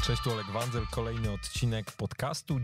Cześć, tu Oleg Wandzel, kolejny odcinek podcastu.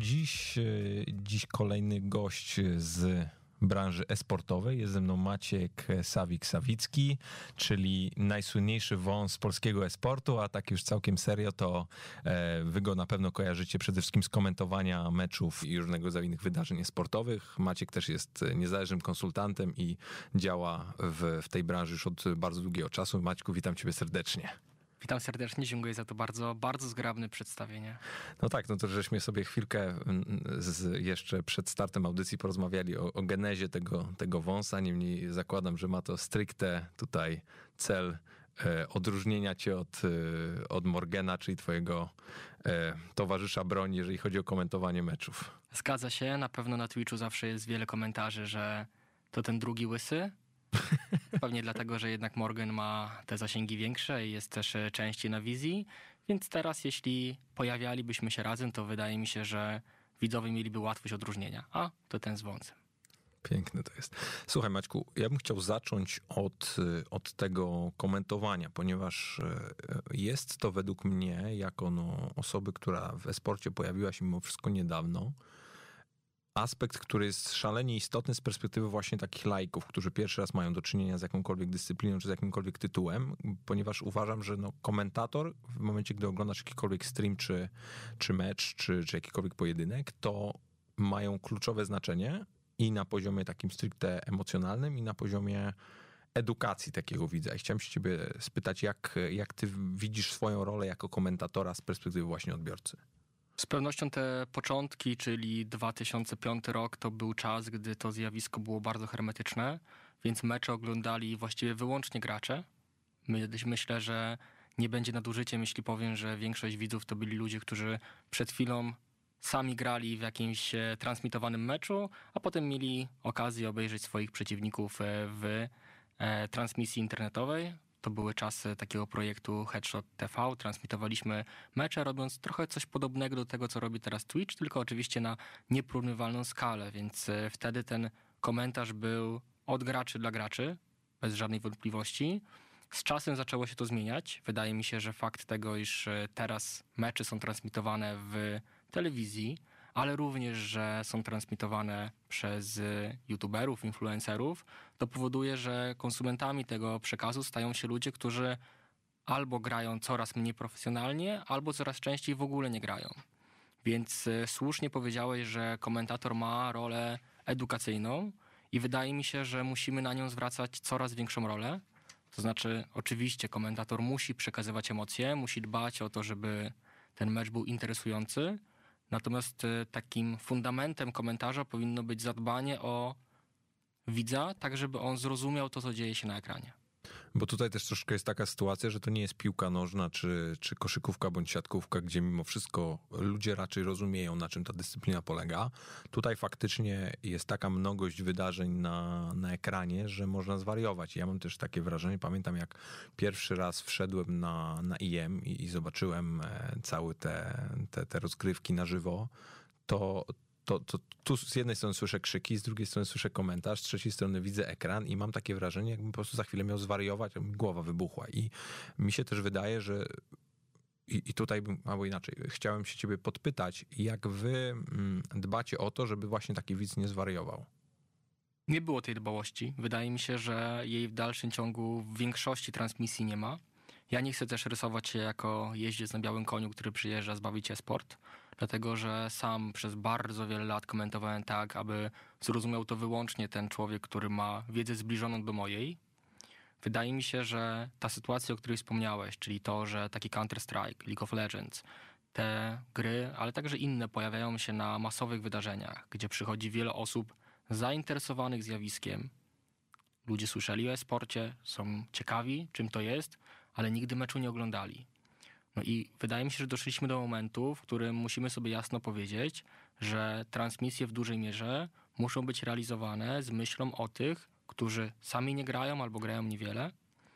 Dziś kolejny gość z branży e-sportowej. Jest ze mną Maciek Sawik-Sawicki, czyli najsłynniejszy wąs polskiego e-sportu, a tak już całkiem serio to wy go na pewno kojarzycie przede wszystkim z komentowania meczów i różnego rodzaju innych wydarzeń e-sportowych. Maciek też jest niezależnym konsultantem i działa w tej branży już od bardzo długiego czasu. Maćku, witam ciebie serdecznie. Witam serdecznie, dziękuję za to bardzo, bardzo zgrabne przedstawienie. No tak, no to żeśmy sobie chwilkę jeszcze przed startem audycji porozmawiali o genezie tego wąsa. Niemniej zakładam, że ma to stricte tutaj cel odróżnienia cię od Morgana, czyli twojego towarzysza broni, jeżeli chodzi o komentowanie meczów. Zgadza się, na pewno na Twitchu zawsze jest wiele komentarzy, że to ten drugi łysy. Pewnie dlatego, że jednak Morgan ma te zasięgi większe i jest też częściej na wizji, więc teraz jeśli pojawialibyśmy się razem, to wydaje mi się, że widzowie mieliby łatwość odróżnienia, a to ten z wąsem. Piękne to jest. Słuchaj Maćku, ja bym chciał zacząć od tego komentowania, ponieważ jest to według mnie, jako osoby, która w e-sporcie pojawiła się mimo wszystko niedawno, aspekt, który jest szalenie istotny z perspektywy właśnie takich laików, którzy pierwszy raz mają do czynienia z jakąkolwiek dyscypliną, czy z jakimkolwiek tytułem, ponieważ uważam, że komentator w momencie, gdy oglądasz jakikolwiek stream, czy mecz, czy jakikolwiek pojedynek, to mają kluczowe znaczenie i na poziomie takim stricte emocjonalnym, i na poziomie edukacji takiego widza. I chciałem się ciebie spytać, jak ty widzisz swoją rolę jako komentatora z perspektywy właśnie odbiorcy? Z pewnością te początki, czyli 2005 rok, to był czas, gdy to zjawisko było bardzo hermetyczne, więc mecze oglądali właściwie wyłącznie gracze. Myślę, że nie będzie nadużyciem, jeśli powiem, że większość widzów to byli ludzie, którzy przed chwilą sami grali w jakimś transmitowanym meczu, a potem mieli okazję obejrzeć swoich przeciwników w transmisji internetowej. To były czasy takiego projektu Headshot TV. Transmitowaliśmy mecze, robiąc trochę coś podobnego do tego, co robi teraz Twitch, tylko oczywiście na nieporównywalną skalę, więc wtedy ten komentarz był od graczy dla graczy, bez żadnej wątpliwości. Z czasem zaczęło się to zmieniać. Wydaje mi się, że fakt tego, iż teraz mecze są transmitowane w telewizji, ale również, że są transmitowane przez youtuberów, influencerów, to powoduje, że konsumentami tego przekazu stają się ludzie, którzy albo grają coraz mniej profesjonalnie, albo coraz częściej w ogóle nie grają. Więc słusznie powiedziałeś, że komentator ma rolę edukacyjną i wydaje mi się, że musimy na nią zwracać coraz większą rolę. To znaczy, oczywiście komentator musi przekazywać emocje, musi dbać o to, żeby ten mecz był interesujący. Natomiast takim fundamentem komentarza powinno być zadbanie o widza, tak żeby on zrozumiał to, co dzieje się na ekranie. Bo tutaj też troszkę jest taka sytuacja, że to nie jest piłka nożna, czy koszykówka, bądź siatkówka, gdzie mimo wszystko ludzie raczej rozumieją, na czym ta dyscyplina polega. Tutaj faktycznie jest taka mnogość wydarzeń na ekranie, że można zwariować. Ja mam też takie wrażenie, pamiętam jak pierwszy raz wszedłem na IM i zobaczyłem całe te rozgrywki na żywo, to tu z jednej strony słyszę krzyki, z drugiej strony słyszę komentarz, z trzeciej strony widzę ekran i mam takie wrażenie, jakbym po prostu za chwilę miał zwariować, a mi głowa wybuchła. I mi się też wydaje, że i tutaj albo inaczej, chciałem się ciebie podpytać, jak wy dbacie o to, żeby właśnie taki widz nie zwariował? Nie było tej dbałości. Wydaje mi się, że jej w dalszym ciągu w większości transmisji nie ma. Ja nie chcę też rysować się jako jeździec na białym koniu, który przyjeżdża zbawić e-sport, dlatego że sam przez bardzo wiele lat komentowałem tak, aby zrozumiał to wyłącznie ten człowiek, który ma wiedzę zbliżoną do mojej. Wydaje mi się, że ta sytuacja, o której wspomniałeś, czyli to, że taki Counter-Strike, League of Legends, te gry, ale także inne pojawiają się na masowych wydarzeniach, gdzie przychodzi wiele osób zainteresowanych zjawiskiem. Ludzie słyszeli o e-sporcie, są ciekawi, czym to jest, ale nigdy meczu nie oglądali. No i wydaje mi się, że doszliśmy do momentu, w którym musimy sobie jasno powiedzieć, że transmisje w dużej mierze muszą być realizowane z myślą o tych, którzy sami nie grają albo grają niewiele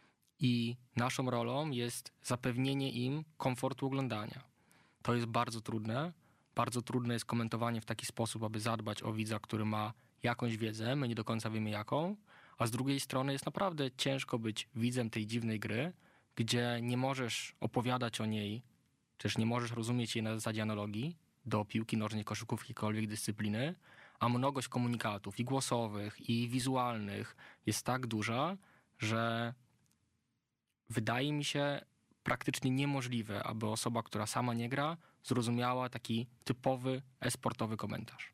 i naszą rolą jest zapewnienie im komfortu oglądania. To jest bardzo trudne. Bardzo trudne jest komentowanie w taki sposób, aby zadbać o widza, który ma jakąś wiedzę, my nie do końca wiemy jaką, a z drugiej strony jest naprawdę ciężko być widzem tej dziwnej gry, gdzie nie możesz opowiadać o niej Przecież nie możesz rozumieć jej na zasadzie analogii do piłki nożnej, koszykówki, jakiejkolwiek dyscypliny, a mnogość komunikatów i głosowych, i wizualnych jest tak duża, że wydaje mi się praktycznie niemożliwe, aby osoba, która sama nie gra, zrozumiała taki typowy e-sportowy komentarz.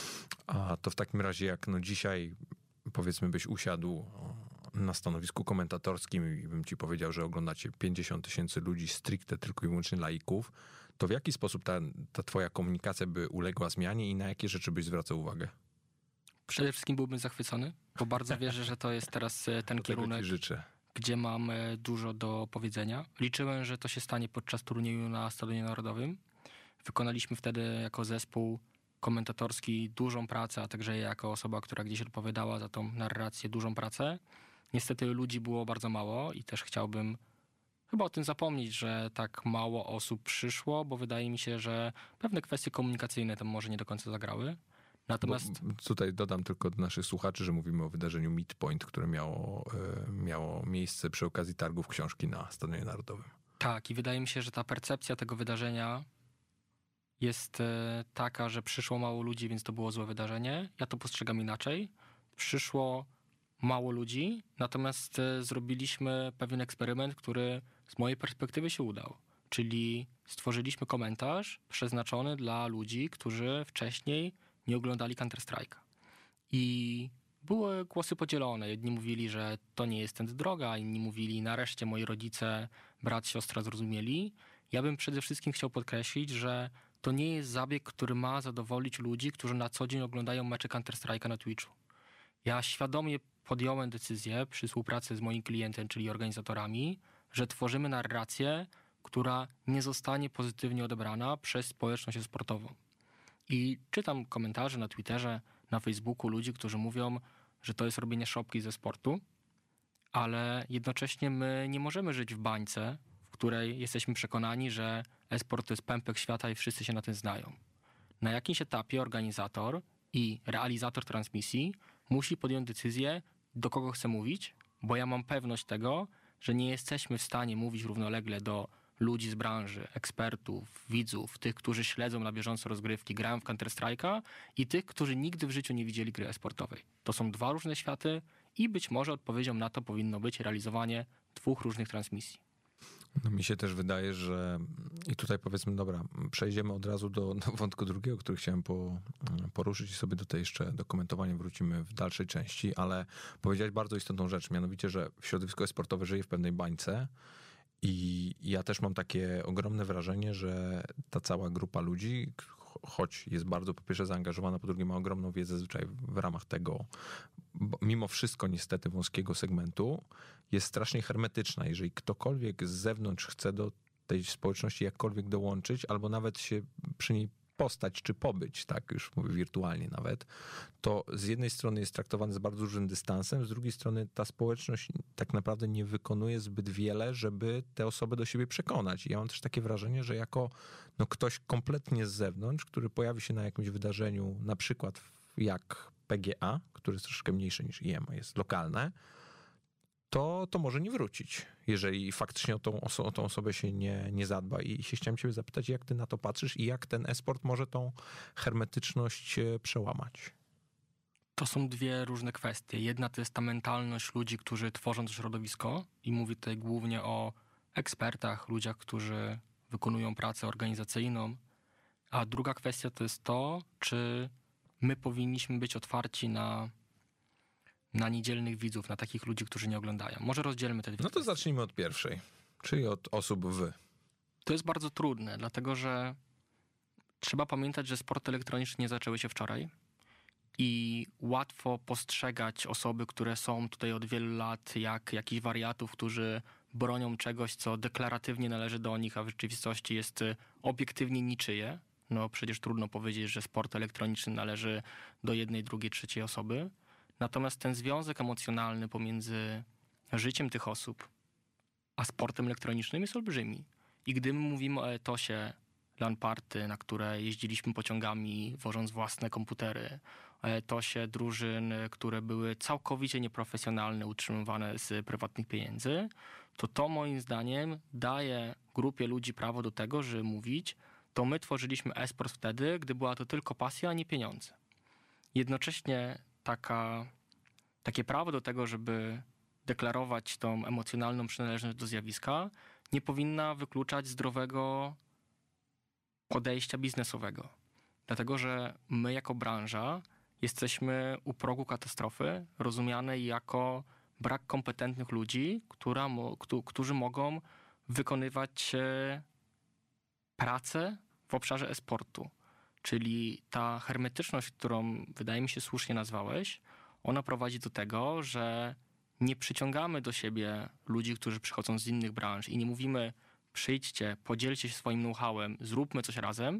A to w takim razie, jak dzisiaj powiedzmy byś usiadł na stanowisku komentatorskim i bym ci powiedział, że oglądacie 50 000 ludzi stricte tylko i wyłącznie laików, to w jaki sposób ta twoja komunikacja by uległa zmianie i na jakie rzeczy byś zwracał uwagę? Przede wszystkim byłbym zachwycony, bo bardzo wierzę, że to jest teraz ten kierunek, gdzie mam dużo do powiedzenia. Liczyłem, że to się stanie podczas turnieju na Stadionie Narodowym. Wykonaliśmy wtedy jako zespół komentatorski dużą pracę, a także jako osoba, która gdzieś odpowiadała za tą narrację, dużą pracę. Niestety ludzi było bardzo mało i też chciałbym chyba o tym zapomnieć, że tak mało osób przyszło, bo wydaje mi się, że pewne kwestie komunikacyjne tam może nie do końca zagrały. Natomiast tutaj dodam tylko do naszych słuchaczy, że mówimy o wydarzeniu Midpoint, które miało miejsce przy okazji targów książki na Stadionie Narodowym. Tak, i wydaje mi się, że ta percepcja tego wydarzenia jest taka, że przyszło mało ludzi, więc to było złe wydarzenie. Ja to postrzegam inaczej. Przyszło mało ludzi, natomiast zrobiliśmy pewien eksperyment, który z mojej perspektywy się udał. Czyli stworzyliśmy komentarz przeznaczony dla ludzi, którzy wcześniej nie oglądali Counter-Strike'a. I były głosy podzielone. Jedni mówili, że to nie jest tędy droga, inni mówili, nareszcie moi rodzice, brat, siostra zrozumieli. Ja bym przede wszystkim chciał podkreślić, że to nie jest zabieg, który ma zadowolić ludzi, którzy na co dzień oglądają mecze Counter-Strike'a na Twitchu. Ja świadomie podjąłem decyzję przy współpracy z moim klientem, czyli organizatorami, że tworzymy narrację, która nie zostanie pozytywnie odebrana przez społeczność sportową. I czytam komentarze na Twitterze, na Facebooku ludzi, którzy mówią, że to jest robienie szopki ze sportu, ale jednocześnie my nie możemy żyć w bańce, w której jesteśmy przekonani, że e-sport to jest pępek świata i wszyscy się na tym znają. Na jakimś etapie organizator i realizator transmisji musi podjąć decyzję, do kogo chce mówić, bo ja mam pewność tego, że nie jesteśmy w stanie mówić równolegle do ludzi z branży, ekspertów, widzów, tych, którzy śledzą na bieżąco rozgrywki, grają w Counter-Strike'a i tych, którzy nigdy w życiu nie widzieli gry e-sportowej. To są dwa różne światy i być może odpowiedzią na to powinno być realizowanie dwóch różnych transmisji. No mi się też wydaje, że i tutaj powiedzmy, dobra, przejdziemy od razu do wątku drugiego, który chciałem poruszyć i sobie do komentowania wrócimy w dalszej części, ale powiedziałeś bardzo istotną rzecz, mianowicie, że środowisko e-sportowe żyje w pewnej bańce i ja też mam takie ogromne wrażenie, że ta cała grupa ludzi, choć jest bardzo po pierwsze zaangażowana, po drugie ma ogromną wiedzę zwyczaj w ramach tego, mimo wszystko niestety wąskiego segmentu, jest strasznie hermetyczna. Jeżeli ktokolwiek z zewnątrz chce do tej społeczności jakkolwiek dołączyć, albo nawet się przy niej postać czy pobyć, tak już mówię wirtualnie nawet, to z jednej strony jest traktowany z bardzo dużym dystansem, z drugiej strony ta społeczność tak naprawdę nie wykonuje zbyt wiele, żeby te osoby do siebie przekonać. I ja mam też takie wrażenie, że jako ktoś kompletnie z zewnątrz, który pojawi się na jakimś wydarzeniu, na przykład jak PGA, który jest troszkę mniejsze niż IEM, jest lokalne, to może nie wrócić, jeżeli faktycznie o tą osobę się nie zadba. I się chciałem ciebie zapytać, jak ty na to patrzysz i jak ten e-sport może tą hermetyczność przełamać? To są dwie różne kwestie. Jedna to jest ta mentalność ludzi, którzy tworzą to środowisko i mówię tutaj głównie o ekspertach, ludziach, którzy wykonują pracę organizacyjną, a druga kwestia to jest to, czy my powinniśmy być otwarci na niedzielnych widzów, na takich ludzi, którzy nie oglądają. Może rozdzielmy te dwie kwestie. To zacznijmy od pierwszej, czyli od osób To jest bardzo trudne, dlatego że trzeba pamiętać, że sporty elektroniczne nie zaczęły się wczoraj i łatwo postrzegać osoby, które są tutaj od wielu lat, jak jakichś wariatów, którzy bronią czegoś, co deklaratywnie należy do nich, a w rzeczywistości jest obiektywnie niczyje. No przecież trudno powiedzieć, że sport elektroniczny należy do jednej, drugiej, trzeciej osoby. Natomiast ten związek emocjonalny pomiędzy życiem tych osób a sportem elektronicznym jest olbrzymi. I gdy my mówimy o etosie LAN party, na które jeździliśmy pociągami, wożąc własne komputery, o etosie drużyn, które były całkowicie nieprofesjonalne, utrzymywane z prywatnych pieniędzy, to moim zdaniem daje grupie ludzi prawo do tego, żeby mówić, to my tworzyliśmy e-sport wtedy, gdy była to tylko pasja, a nie pieniądze. Jednocześnie takie prawo do tego, żeby deklarować tą emocjonalną przynależność do zjawiska, nie powinna wykluczać zdrowego podejścia biznesowego. Dlatego, że my jako branża jesteśmy u progu katastrofy, rozumianej jako brak kompetentnych ludzi, którzy mogą wykonywać pracę w obszarze e-sportu. Czyli ta hermetyczność, którą wydaje mi się słusznie nazwałeś, ona prowadzi do tego, że nie przyciągamy do siebie ludzi, którzy przychodzą z innych branż i nie mówimy przyjdźcie, podzielcie się swoim know-howem, zróbmy coś razem,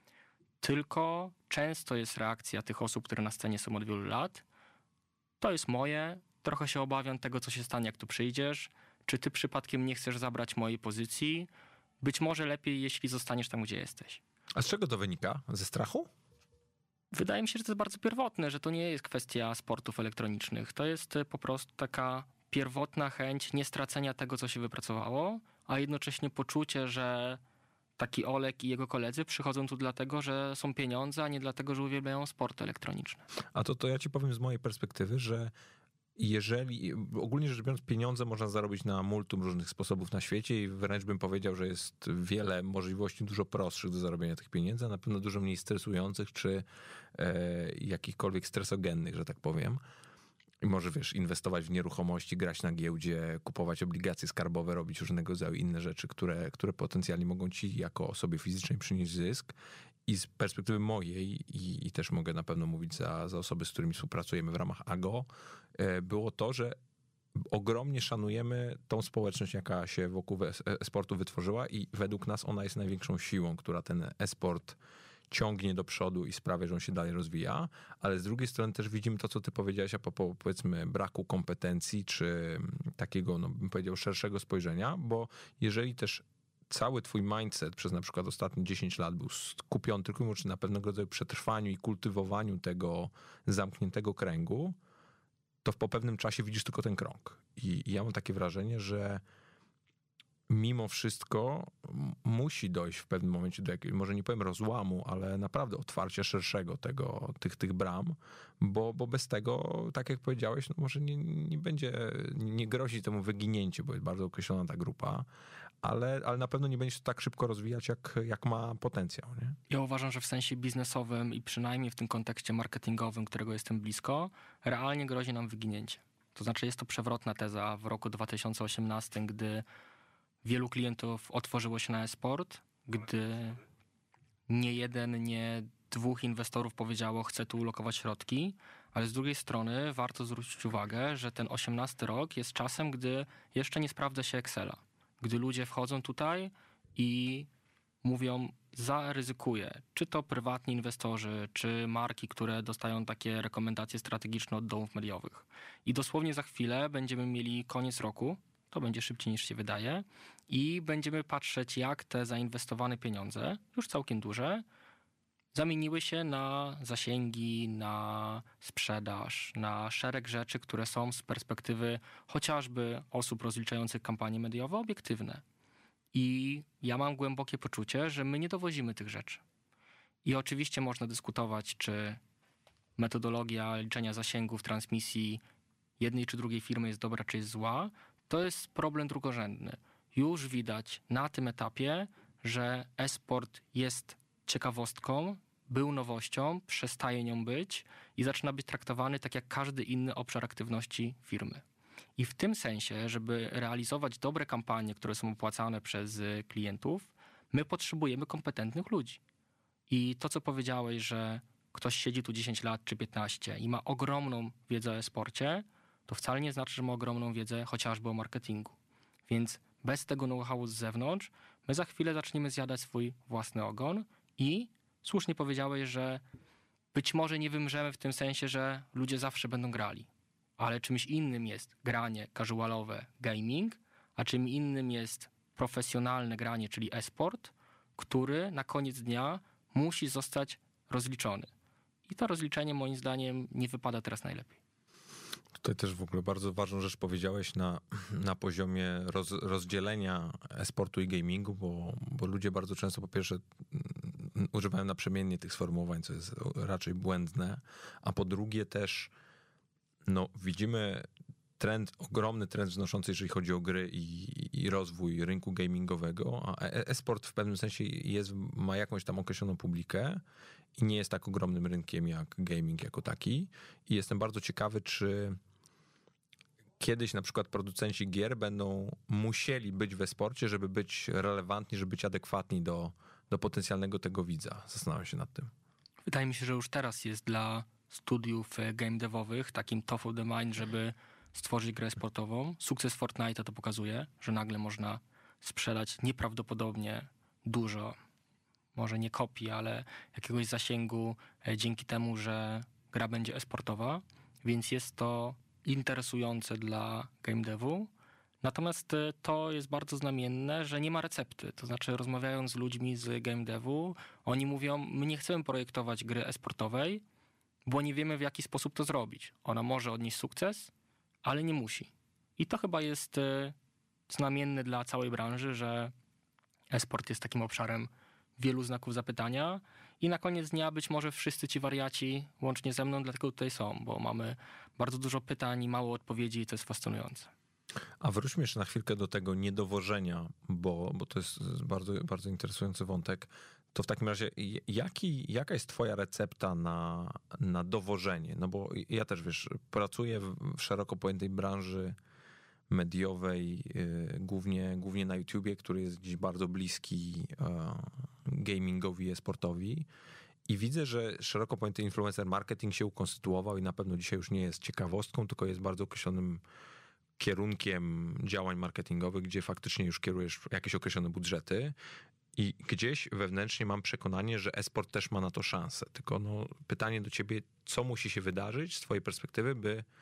tylko często jest reakcja tych osób, które na scenie są od wielu lat. To jest moje, trochę się obawiam tego, co się stanie, jak tu przyjdziesz. Czy ty przypadkiem nie chcesz zabrać mojej pozycji? Być może lepiej, jeśli zostaniesz tam, gdzie jesteś. A z czego to wynika? Ze strachu? Wydaje mi się, że to jest bardzo pierwotne, że to nie jest kwestia sportów elektronicznych. To jest po prostu taka pierwotna chęć niestracenia tego, co się wypracowało, a jednocześnie poczucie, że taki Olek i jego koledzy przychodzą tu dlatego, że są pieniądze, a nie dlatego, że uwielbiają sporty elektroniczne. A to ja ci powiem z mojej perspektywy, że jeżeli, ogólnie rzecz biorąc, pieniądze można zarobić na multum różnych sposobów na świecie i wręcz bym powiedział, że jest wiele możliwości dużo prostszych do zarobienia tych pieniędzy, a na pewno dużo mniej stresujących czy jakichkolwiek stresogennych, że tak powiem. I może, inwestować w nieruchomości, grać na giełdzie, kupować obligacje skarbowe, robić różnego rodzaju inne rzeczy, które potencjalnie mogą ci jako osobie fizycznej przynieść zysk. I z perspektywy mojej, i też mogę na pewno mówić za osoby, z którymi współpracujemy w ramach AGO, było to, że ogromnie szanujemy tą społeczność, jaka się wokół e-sportu wytworzyła i według nas ona jest największą siłą, która ten e-sport ciągnie do przodu i sprawia, że on się dalej rozwija, ale z drugiej strony też widzimy to, co ty powiedziałeś a propos, powiedzmy, braku kompetencji, czy takiego, bym powiedział, szerszego spojrzenia, bo jeżeli też cały twój mindset przez na przykład ostatnie 10 lat był skupiony tylko i wyłącznie na pewnego rodzaju przetrwaniu i kultywowaniu tego zamkniętego kręgu, to po pewnym czasie widzisz tylko ten krąg. I ja mam takie wrażenie, że mimo wszystko musi dojść w pewnym momencie do jakiegoś, może nie powiem rozłamu, ale naprawdę otwarcia szerszego tych bram, bo bez tego, tak jak powiedziałeś, może nie będzie, nie grozi temu wyginięcie, bo jest bardzo określona ta grupa, ale na pewno nie będzie się tak szybko rozwijać, jak ma potencjał. Nie? Ja uważam, że w sensie biznesowym i przynajmniej w tym kontekście marketingowym, którego jestem blisko, realnie grozi nam wyginięcie. To znaczy jest to przewrotna teza w roku 2018, gdy wielu klientów otworzyło się na e-sport, gdy nie jeden, nie dwóch inwestorów powiedziało, chce tu ulokować środki, ale z drugiej strony warto zwrócić uwagę, że ten 18 rok jest czasem, gdy jeszcze nie sprawdza się Excela. Gdy ludzie wchodzą tutaj i mówią, zaryzykuję. Czy to prywatni inwestorzy, czy marki, które dostają takie rekomendacje strategiczne od domów mediowych. I dosłownie za chwilę będziemy mieli koniec roku, to będzie szybciej niż się wydaje, i będziemy patrzeć, jak te zainwestowane pieniądze, już całkiem duże, zamieniły się na zasięgi, na sprzedaż, na szereg rzeczy, które są z perspektywy chociażby osób rozliczających kampanie mediowe obiektywne. I ja mam głębokie poczucie, że my nie dowozimy tych rzeczy. I oczywiście można dyskutować, czy metodologia liczenia zasięgów transmisji jednej czy drugiej firmy jest dobra, czy jest zła. To jest problem drugorzędny. Już widać na tym etapie, że e-sport jest ciekawostką, był nowością, przestaje nią być i zaczyna być traktowany tak jak każdy inny obszar aktywności firmy. I w tym sensie, żeby realizować dobre kampanie, które są opłacane przez klientów, my potrzebujemy kompetentnych ludzi. I to, co powiedziałeś, że ktoś siedzi tu 10 lat czy 15 i ma ogromną wiedzę o e-sporcie, to wcale nie znaczy, że ma ogromną wiedzę chociażby o marketingu. Więc bez tego know-howu z zewnątrz, my za chwilę zaczniemy zjadać swój własny ogon i słusznie powiedziałeś, że być może nie wymrzemy w tym sensie, że ludzie zawsze będą grali. Ale czymś innym jest granie casualowe, gaming, a czym innym jest profesjonalne granie, czyli e-sport, który na koniec dnia musi zostać rozliczony. I to rozliczenie moim zdaniem nie wypada teraz najlepiej. Tutaj też w ogóle bardzo ważną rzecz powiedziałeś na poziomie rozdzielenia e-sportu i gamingu, bo ludzie bardzo często po pierwsze używają naprzemiennie tych sformułowań, co jest raczej błędne, a po drugie też widzimy ogromny trend wznoszący, jeżeli chodzi o gry i rozwój rynku gamingowego, a e-sport w pewnym sensie ma jakąś tam określoną publikę i nie jest tak ogromnym rynkiem jak gaming jako taki. I jestem bardzo ciekawy, czy kiedyś na przykład producenci gier będą musieli być w e-sporcie, żeby być relevantni, żeby być adekwatni do potencjalnego tego widza. Zastanawiam się nad tym. Wydaje mi się, że już teraz jest dla studiów game devowych takim top of the mind, żeby stworzyć grę sportową. Sukces Fortnite'a to pokazuje, że nagle można sprzedać nieprawdopodobnie dużo, może nie kopii, ale jakiegoś zasięgu dzięki temu, że gra będzie e-sportowa, więc jest to interesujące dla game devu. Natomiast to jest bardzo znamienne, że nie ma recepty. To znaczy, rozmawiając z ludźmi z game devu, oni mówią, my nie chcemy projektować gry e-sportowej, bo nie wiemy, w jaki sposób to zrobić. Ona może odnieść sukces, ale nie musi. I to chyba jest znamienne dla całej branży, że e-sport jest takim obszarem wielu znaków zapytania i na koniec dnia być może wszyscy ci wariaci, łącznie ze mną, dlatego tutaj są, bo mamy bardzo dużo pytań i mało odpowiedzi i to jest fascynujące. A wróćmy jeszcze na chwilkę do tego niedowożenia, bo to jest bardzo, bardzo interesujący wątek. To w takim razie jaka jest twoja recepta na dowożenie? No bo ja też, wiesz, pracuję w szeroko pojętej branży mediowej, głównie na YouTubie, który jest gdzieś bardzo bliski gamingowi, e-sportowi. I widzę, że szeroko pojęty influencer marketing się ukonstytuował i na pewno dzisiaj już nie jest ciekawostką, tylko jest bardzo określonym kierunkiem działań marketingowych, gdzie faktycznie już kierujesz jakieś określone budżety i gdzieś wewnętrznie mam przekonanie, że e-sport też ma na to szansę. Tylko pytanie do ciebie, co musi się wydarzyć z twojej perspektywy,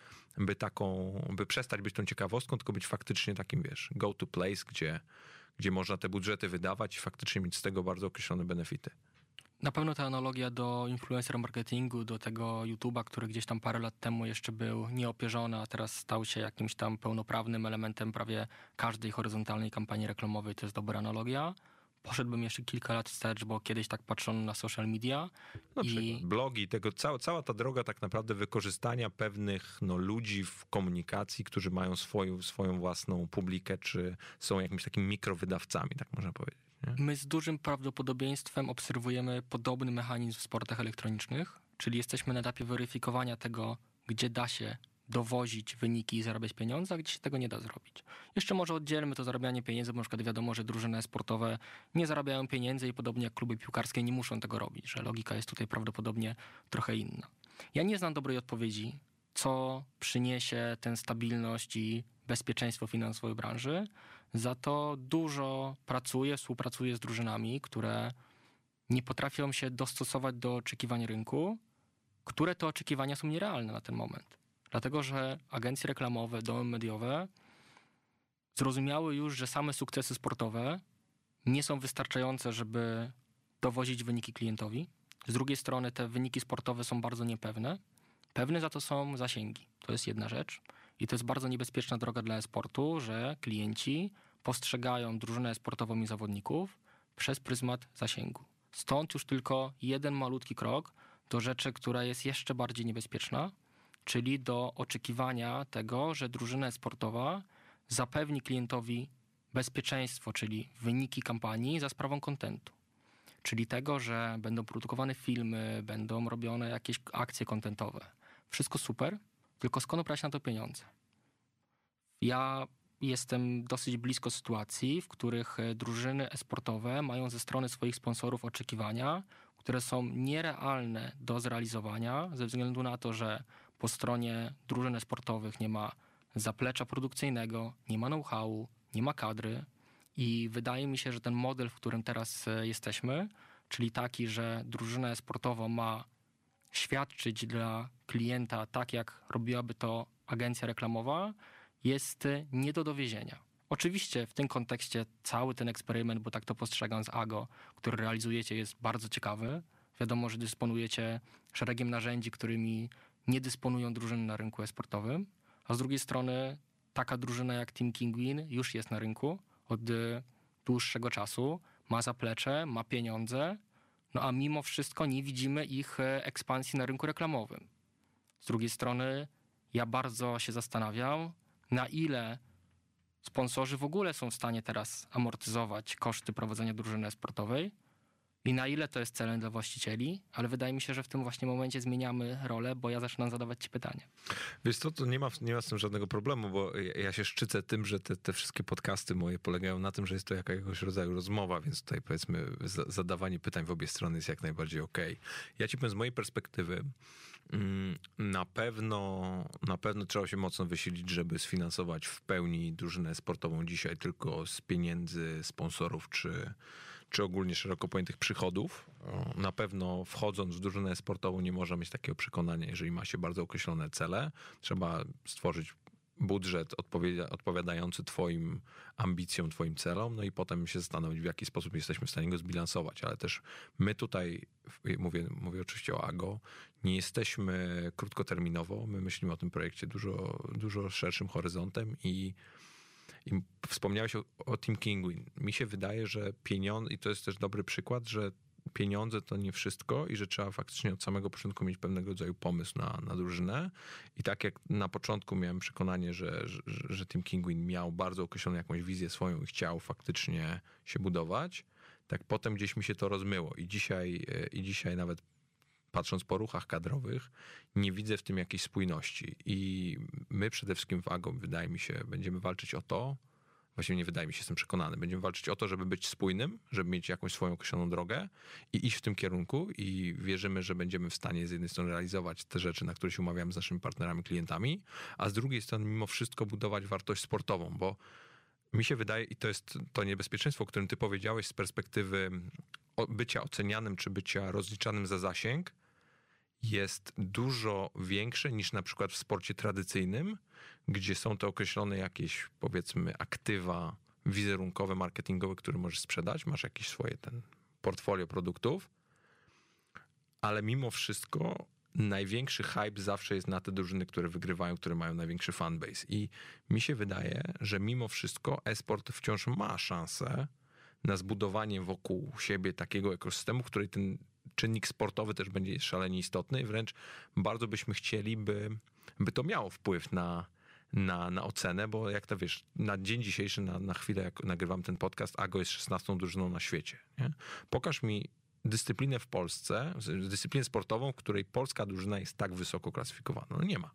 by przestać być tą ciekawostką, tylko być faktycznie takim, wiesz, go to place, gdzie można te budżety wydawać i faktycznie mieć z tego bardzo określone benefity. Na pewno ta analogia do influencer marketingu, do tego YouTube'a, który gdzieś tam parę lat temu jeszcze był nieopierzony, a teraz stał się jakimś tam pełnoprawnym elementem prawie każdej horyzontalnej kampanii reklamowej, to jest dobra analogia. Poszedłbym jeszcze kilka lat wstecz, bo kiedyś tak patrzono na social media. Blogi, cała ta droga tak naprawdę wykorzystania pewnych ludzi w komunikacji, którzy mają swoją własną publikę, czy są jakimiś takimi mikrowydawcami, tak można powiedzieć. Nie? My z dużym prawdopodobieństwem obserwujemy podobny mechanizm w sportach elektronicznych, czyli jesteśmy na etapie weryfikowania tego, gdzie da się dowozić wyniki i zarabiać pieniądze, a gdzie się tego nie da zrobić. Jeszcze może oddzielmy to zarabianie pieniędzy, bo na przykład wiadomo, że drużyny sportowe nie zarabiają pieniędzy i podobnie jak kluby piłkarskie nie muszą tego robić, że logika jest tutaj prawdopodobnie trochę inna. Ja nie znam dobrej odpowiedzi, co przyniesie tę stabilność i bezpieczeństwo finansowe branży. Za to dużo współpracuję z drużynami, które nie potrafią się dostosować do oczekiwań rynku, które to oczekiwania są nierealne na ten moment. Dlatego, że agencje reklamowe, domy mediowe zrozumiały już, że same sukcesy sportowe nie są wystarczające, żeby dowozić wyniki klientowi. Z drugiej strony te wyniki sportowe są bardzo niepewne. Pewne za to są zasięgi. To jest jedna rzecz. I to jest bardzo niebezpieczna droga dla e-sportu, że klienci postrzegają drużynę e-sportową i zawodników przez pryzmat zasięgu. Stąd już tylko jeden malutki krok do rzeczy, która jest jeszcze bardziej niebezpieczna, czyli do oczekiwania tego, że drużyna sportowa zapewni klientowi bezpieczeństwo, czyli wyniki kampanii za sprawą kontentu. Czyli tego, że będą produkowane filmy, będą robione jakieś akcje kontentowe. Wszystko super, tylko skąd brać na to pieniądze? Ja jestem dosyć blisko sytuacji, w których drużyny e-sportowe mają ze strony swoich sponsorów oczekiwania, które są nierealne do zrealizowania ze względu na to, że po stronie drużyn sportowych nie ma zaplecza produkcyjnego, nie ma know-howu, nie ma kadry i wydaje mi się, że ten model, w którym teraz jesteśmy, czyli taki, że drużyna sportowa ma świadczyć dla klienta tak, jak robiłaby to agencja reklamowa, jest nie do dowiezienia. Oczywiście w tym kontekście cały ten eksperyment, bo tak to postrzegam z AGO, który realizujecie, jest bardzo ciekawy. Wiadomo, że dysponujecie szeregiem narzędzi, którymi nie dysponują drużyny na rynku e-sportowym, a z drugiej strony taka drużyna jak Team Kinguin już jest na rynku od dłuższego czasu, ma zaplecze, ma pieniądze, no a mimo wszystko nie widzimy ich ekspansji na rynku reklamowym. Z drugiej strony ja bardzo się zastanawiam, na ile sponsorzy w ogóle są w stanie teraz amortyzować koszty prowadzenia drużyny sportowej i na ile to jest celem dla właścicieli, ale wydaje mi się, że w tym właśnie momencie zmieniamy rolę, bo ja zaczynam zadawać ci pytania. Wiesz co, to nie ma z tym żadnego problemu, bo ja się szczycę tym, że te wszystkie podcasty moje polegają na tym, że jest to jakiegoś rodzaju rozmowa, więc tutaj powiedzmy zadawanie pytań w obie strony jest jak najbardziej okej. Ja ci powiem z mojej perspektywy, na pewno trzeba się mocno wysilić, żeby sfinansować w pełni drużynę sportową dzisiaj tylko z pieniędzy sponsorów czy ogólnie szeroko pojętych przychodów. Na pewno wchodząc w drużynę sportową nie można mieć takiego przekonania, jeżeli ma się bardzo określone cele. Trzeba stworzyć budżet odpowiadający twoim ambicjom, twoim celom, no i potem się zastanowić, w jaki sposób jesteśmy w stanie go zbilansować. Ale też my tutaj, mówię oczywiście o AGO, nie jesteśmy krótkoterminowo, my myślimy o tym projekcie dużo szerszym horyzontem i wspomniałeś o Team Kinguin. Mi się wydaje, że pieniądze, i to jest też dobry przykład, że pieniądze to nie wszystko i że trzeba faktycznie od samego początku mieć pewnego rodzaju pomysł na drużynę. I tak jak na początku miałem przekonanie, że Team Kinguin miał bardzo określoną jakąś wizję swoją i chciał faktycznie się budować, tak potem gdzieś mi się to rozmyło. I dzisiaj nawet patrząc po ruchach kadrowych, nie widzę w tym jakiejś spójności. I my przede wszystkim w AGO, wydaje mi się, będziemy walczyć o to, właściwie nie wydaje mi się, jestem przekonany, będziemy walczyć o to, żeby być spójnym, żeby mieć jakąś swoją określoną drogę i iść w tym kierunku i wierzymy, że będziemy w stanie z jednej strony realizować te rzeczy, na które się umawiamy z naszymi partnerami, klientami, a z drugiej strony mimo wszystko budować wartość sportową, bo mi się wydaje, i to jest to niebezpieczeństwo, o którym ty powiedziałeś z perspektywy bycia ocenianym czy bycia rozliczanym za zasięg, jest dużo większe niż na przykład w sporcie tradycyjnym, gdzie są to określone jakieś, powiedzmy, aktywa wizerunkowe, marketingowe, które możesz sprzedać, masz jakieś swoje portfolio produktów, ale mimo wszystko największy hype zawsze jest na te drużyny, które wygrywają, które mają największy fanbase. I mi się wydaje, że mimo wszystko e-sport wciąż ma szansę na zbudowanie wokół siebie takiego ekosystemu, w której ten czynnik sportowy też będzie szalenie istotny i wręcz bardzo byśmy chcieli, by to miało wpływ na ocenę, bo jak to wiesz, na dzień dzisiejszy, na chwilę jak nagrywam ten podcast, AGO jest 16 drużyną na świecie. Nie? Pokaż mi dyscyplinę w Polsce, dyscyplinę sportową, w której polska drużyna jest tak wysoko klasyfikowana. No nie ma.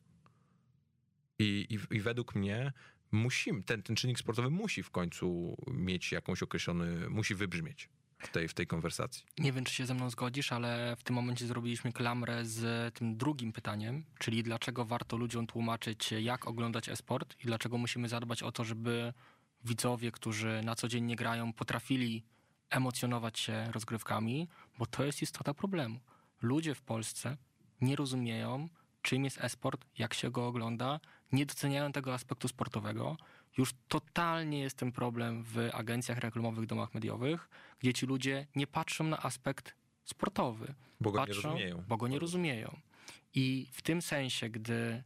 I według mnie ten czynnik sportowy musi w końcu mieć jakąś musi wybrzmieć w tej konwersacji. Nie wiem, czy się ze mną zgodzisz, ale w tym momencie zrobiliśmy klamrę z tym drugim pytaniem, czyli dlaczego warto ludziom tłumaczyć, jak oglądać e-sport i dlaczego musimy zadbać o to, żeby widzowie, którzy na co dzień nie grają, potrafili emocjonować się rozgrywkami, bo to jest istota problemu. Ludzie w Polsce nie rozumieją, czym jest e-sport, jak się go ogląda, nie doceniają tego aspektu sportowego. Już totalnie jest ten problem w agencjach reklamowych, domach mediowych, gdzie ci ludzie nie patrzą na aspekt sportowy. Bo go nie rozumieją. Bo go nie rozumieją. I w tym sensie, gdy...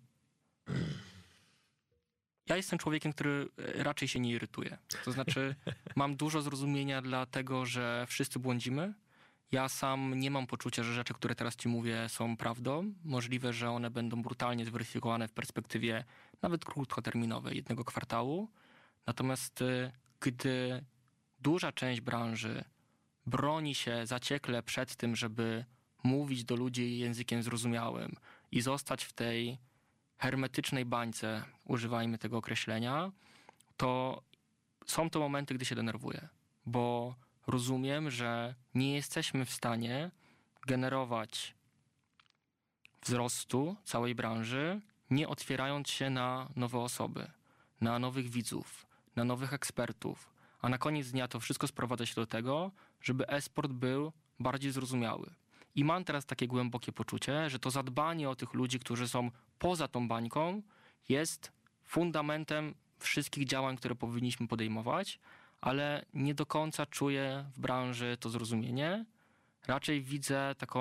Ja jestem człowiekiem, który raczej się nie irytuje. To znaczy, mam dużo zrozumienia dla tego, że wszyscy błądzimy. Ja sam nie mam poczucia, że rzeczy, które teraz ci mówię, są prawdą. Możliwe, że one będą brutalnie zweryfikowane w perspektywie nawet krótkoterminowej, jednego kwartału. Natomiast gdy duża część branży broni się zaciekle przed tym, żeby mówić do ludzi językiem zrozumiałym i zostać w tej hermetycznej bańce, używajmy tego określenia, to są to momenty, gdy się denerwuję, bo rozumiem, że nie jesteśmy w stanie generować wzrostu całej branży, nie otwierając się na nowe osoby, na nowych widzów, na nowych ekspertów. A na koniec dnia to wszystko sprowadza się do tego, żeby e-sport był bardziej zrozumiały. I mam teraz takie głębokie poczucie, że to zadbanie o tych ludzi, którzy są poza tą bańką, jest fundamentem wszystkich działań, które powinniśmy podejmować, ale nie do końca czuję w branży to zrozumienie. Raczej widzę taką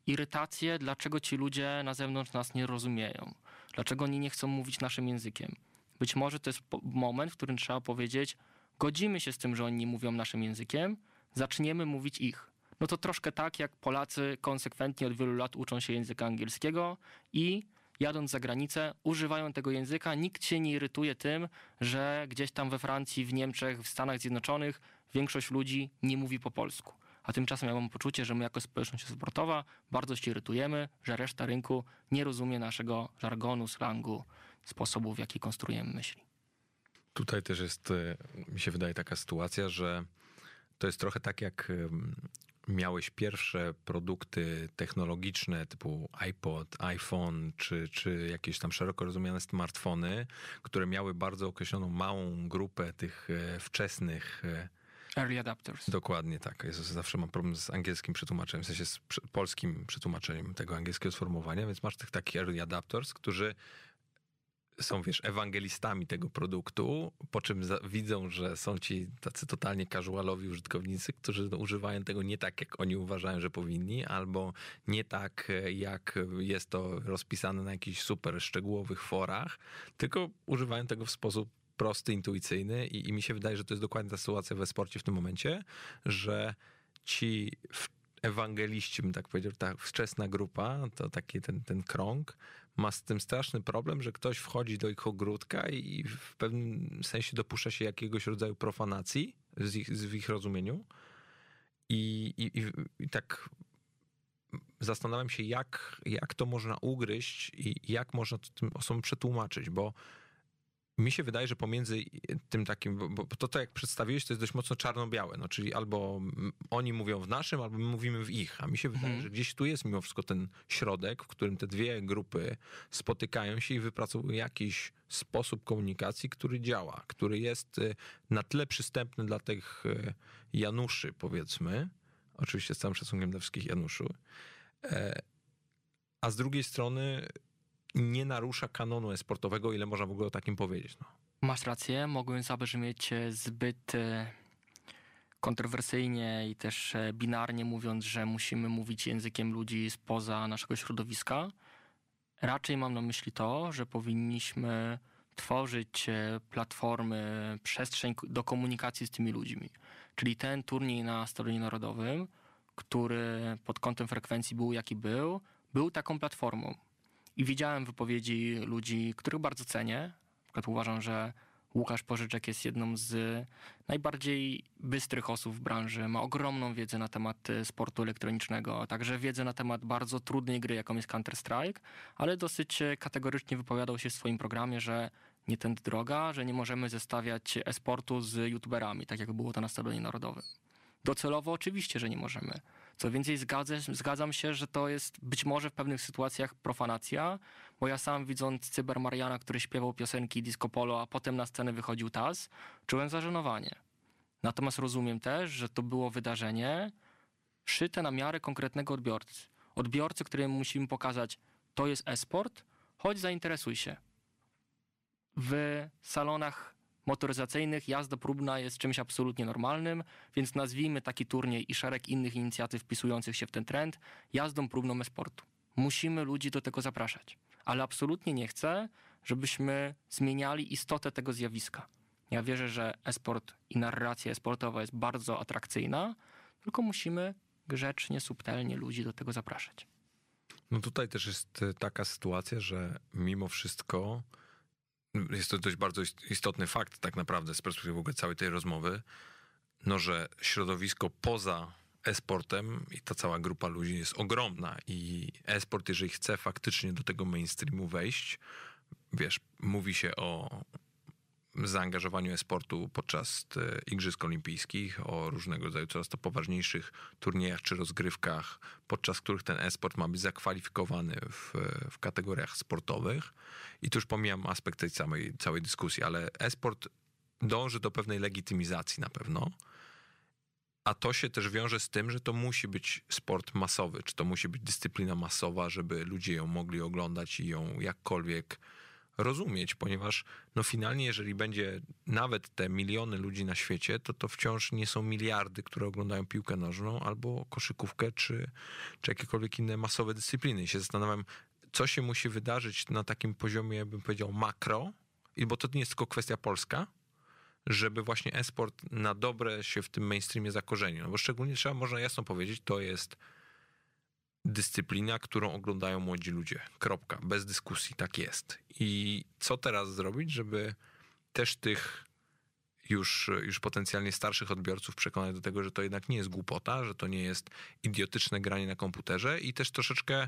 irytację, dlaczego ci ludzie na zewnątrz nas nie rozumieją, dlaczego oni nie chcą mówić naszym językiem. Być może to jest moment, w którym trzeba powiedzieć, godzimy się z tym, że oni nie mówią naszym językiem, zaczniemy mówić ich. No to troszkę tak, jak Polacy konsekwentnie od wielu lat uczą się języka angielskiego i jadąc za granicę używają tego języka. Nikt się nie irytuje tym, że gdzieś tam we Francji, w Niemczech, w Stanach Zjednoczonych większość ludzi nie mówi po polsku. A tymczasem ja mam poczucie, że my jako społeczność sportowa bardzo się irytujemy, że reszta rynku nie rozumie naszego żargonu, slangu, sposobu, w jaki konstruujemy myśli. Tutaj też jest, mi się wydaje, taka sytuacja, że to jest trochę tak, jak miałeś pierwsze produkty technologiczne typu iPod, iPhone, czy jakieś tam szeroko rozumiane smartfony, które miały bardzo określoną małą grupę tych wczesnych... Early adapters. Dokładnie tak. Ja zawsze mam problem z angielskim przetłumaczeniem, w sensie z polskim przetłumaczeniem tego angielskiego sformułowania, więc masz tych takich early adapters, którzy są, wiesz, ewangelistami tego produktu, po czym widzą, że są ci tacy totalnie casualowi użytkownicy, którzy używają tego nie tak, jak oni uważają, że powinni, albo nie tak, jak jest to rozpisane na jakichś super szczegółowych forach, tylko używają tego w sposób prosty, intuicyjny i mi się wydaje, że to jest dokładnie ta sytuacja we sporcie w tym momencie, że ci ewangeliści, bym tak powiedział, ta wczesna grupa, to taki ten krąg, ma z tym straszny problem, że ktoś wchodzi do ich ogródka i w pewnym sensie dopuszcza się jakiegoś rodzaju profanacji w ich rozumieniu. I tak zastanawiam się, jak to można ugryźć i jak można to tym osobom przetłumaczyć, bo mi się wydaje, że pomiędzy tym takim, bo to jak przedstawiłeś, to jest dość mocno czarno-białe, no, czyli albo oni mówią w naszym, albo my mówimy w ich, a mi się wydaje, że gdzieś tu jest mimo wszystko ten środek, w którym te dwie grupy spotykają się i wypracowują jakiś sposób komunikacji, który działa, który jest na tyle przystępny dla tych Januszy, powiedzmy, oczywiście z całym szacunkiem dla wszystkich Januszy, a z drugiej strony nie narusza kanonu e-sportowego, ile można w ogóle o takim powiedzieć. No. Masz rację, mogłem zabrzmieć zbyt kontrowersyjnie i też binarnie mówiąc, że musimy mówić językiem ludzi spoza naszego środowiska. Raczej mam na myśli to, że powinniśmy tworzyć platformy, przestrzeń do komunikacji z tymi ludźmi. Czyli ten turniej na Stadionie Narodowym, który pod kątem frekwencji był jaki był taką platformą. I widziałem wypowiedzi ludzi, których bardzo cenię. Na przykład uważam, że Łukasz Pożyczek jest jedną z najbardziej bystrych osób w branży. Ma ogromną wiedzę na temat sportu elektronicznego, a także wiedzę na temat bardzo trudnej gry, jaką jest Counter-Strike, ale dosyć kategorycznie wypowiadał się w swoim programie, że nie tędy droga, że nie możemy zestawiać e-sportu z youtuberami, tak jak było to na Stadionie Narodowym. Docelowo oczywiście, że nie możemy. Co więcej, zgadzam się, że to jest być może w pewnych sytuacjach profanacja, bo ja sam widząc Cyber Mariana, który śpiewał piosenki disco polo, a potem na scenę wychodził Taz, czułem zażenowanie. Natomiast rozumiem też, że to było wydarzenie szyte na miarę konkretnego odbiorcy. Odbiorcy, któremu musimy pokazać, to jest e-sport, chodź zainteresuj się. W salonach motoryzacyjnych jazda próbna jest czymś absolutnie normalnym, więc nazwijmy taki turniej i szereg innych inicjatyw wpisujących się w ten trend jazdą próbną e-sportu. Musimy ludzi do tego zapraszać, ale absolutnie nie chcę, żebyśmy zmieniali istotę tego zjawiska. Ja wierzę, że e-sport i narracja e-sportowa jest bardzo atrakcyjna, tylko musimy grzecznie, subtelnie ludzi do tego zapraszać. No tutaj też jest taka sytuacja, że mimo wszystko jest to dość bardzo istotny fakt tak naprawdę z perspektywy w ogóle całej tej rozmowy, no że środowisko poza e-sportem i ta cała grupa ludzi jest ogromna i e-sport, jeżeli chce faktycznie do tego mainstreamu wejść, wiesz, mówi się o zaangażowaniu e-sportu podczas Igrzysk Olimpijskich, o różnego rodzaju coraz to poważniejszych turniejach czy rozgrywkach, podczas których ten e-sport ma być zakwalifikowany w kategoriach sportowych. I tu już pomijam aspekt tej całej dyskusji, ale e-sport dąży do pewnej legitymizacji na pewno, a to się też wiąże z tym, że to musi być sport masowy, czy to musi być dyscyplina masowa, żeby ludzie ją mogli oglądać i ją jakkolwiek rozumieć, ponieważ no finalnie, jeżeli będzie nawet te miliony ludzi na świecie, to wciąż nie są miliardy, które oglądają piłkę nożną albo koszykówkę, czy jakiekolwiek inne masowe dyscypliny. I się zastanawiam, co się musi wydarzyć na takim poziomie, bym powiedział, makro, bo to nie jest tylko kwestia polska, żeby właśnie e-sport na dobre się w tym mainstreamie zakorzenił. No bo szczególnie można jasno powiedzieć, to jest dyscyplina, którą oglądają młodzi ludzie. Kropka. Bez dyskusji. Tak jest. I co teraz zrobić, żeby też tych już potencjalnie starszych odbiorców przekonać do tego, że to jednak nie jest głupota, że to nie jest idiotyczne granie na komputerze i też troszeczkę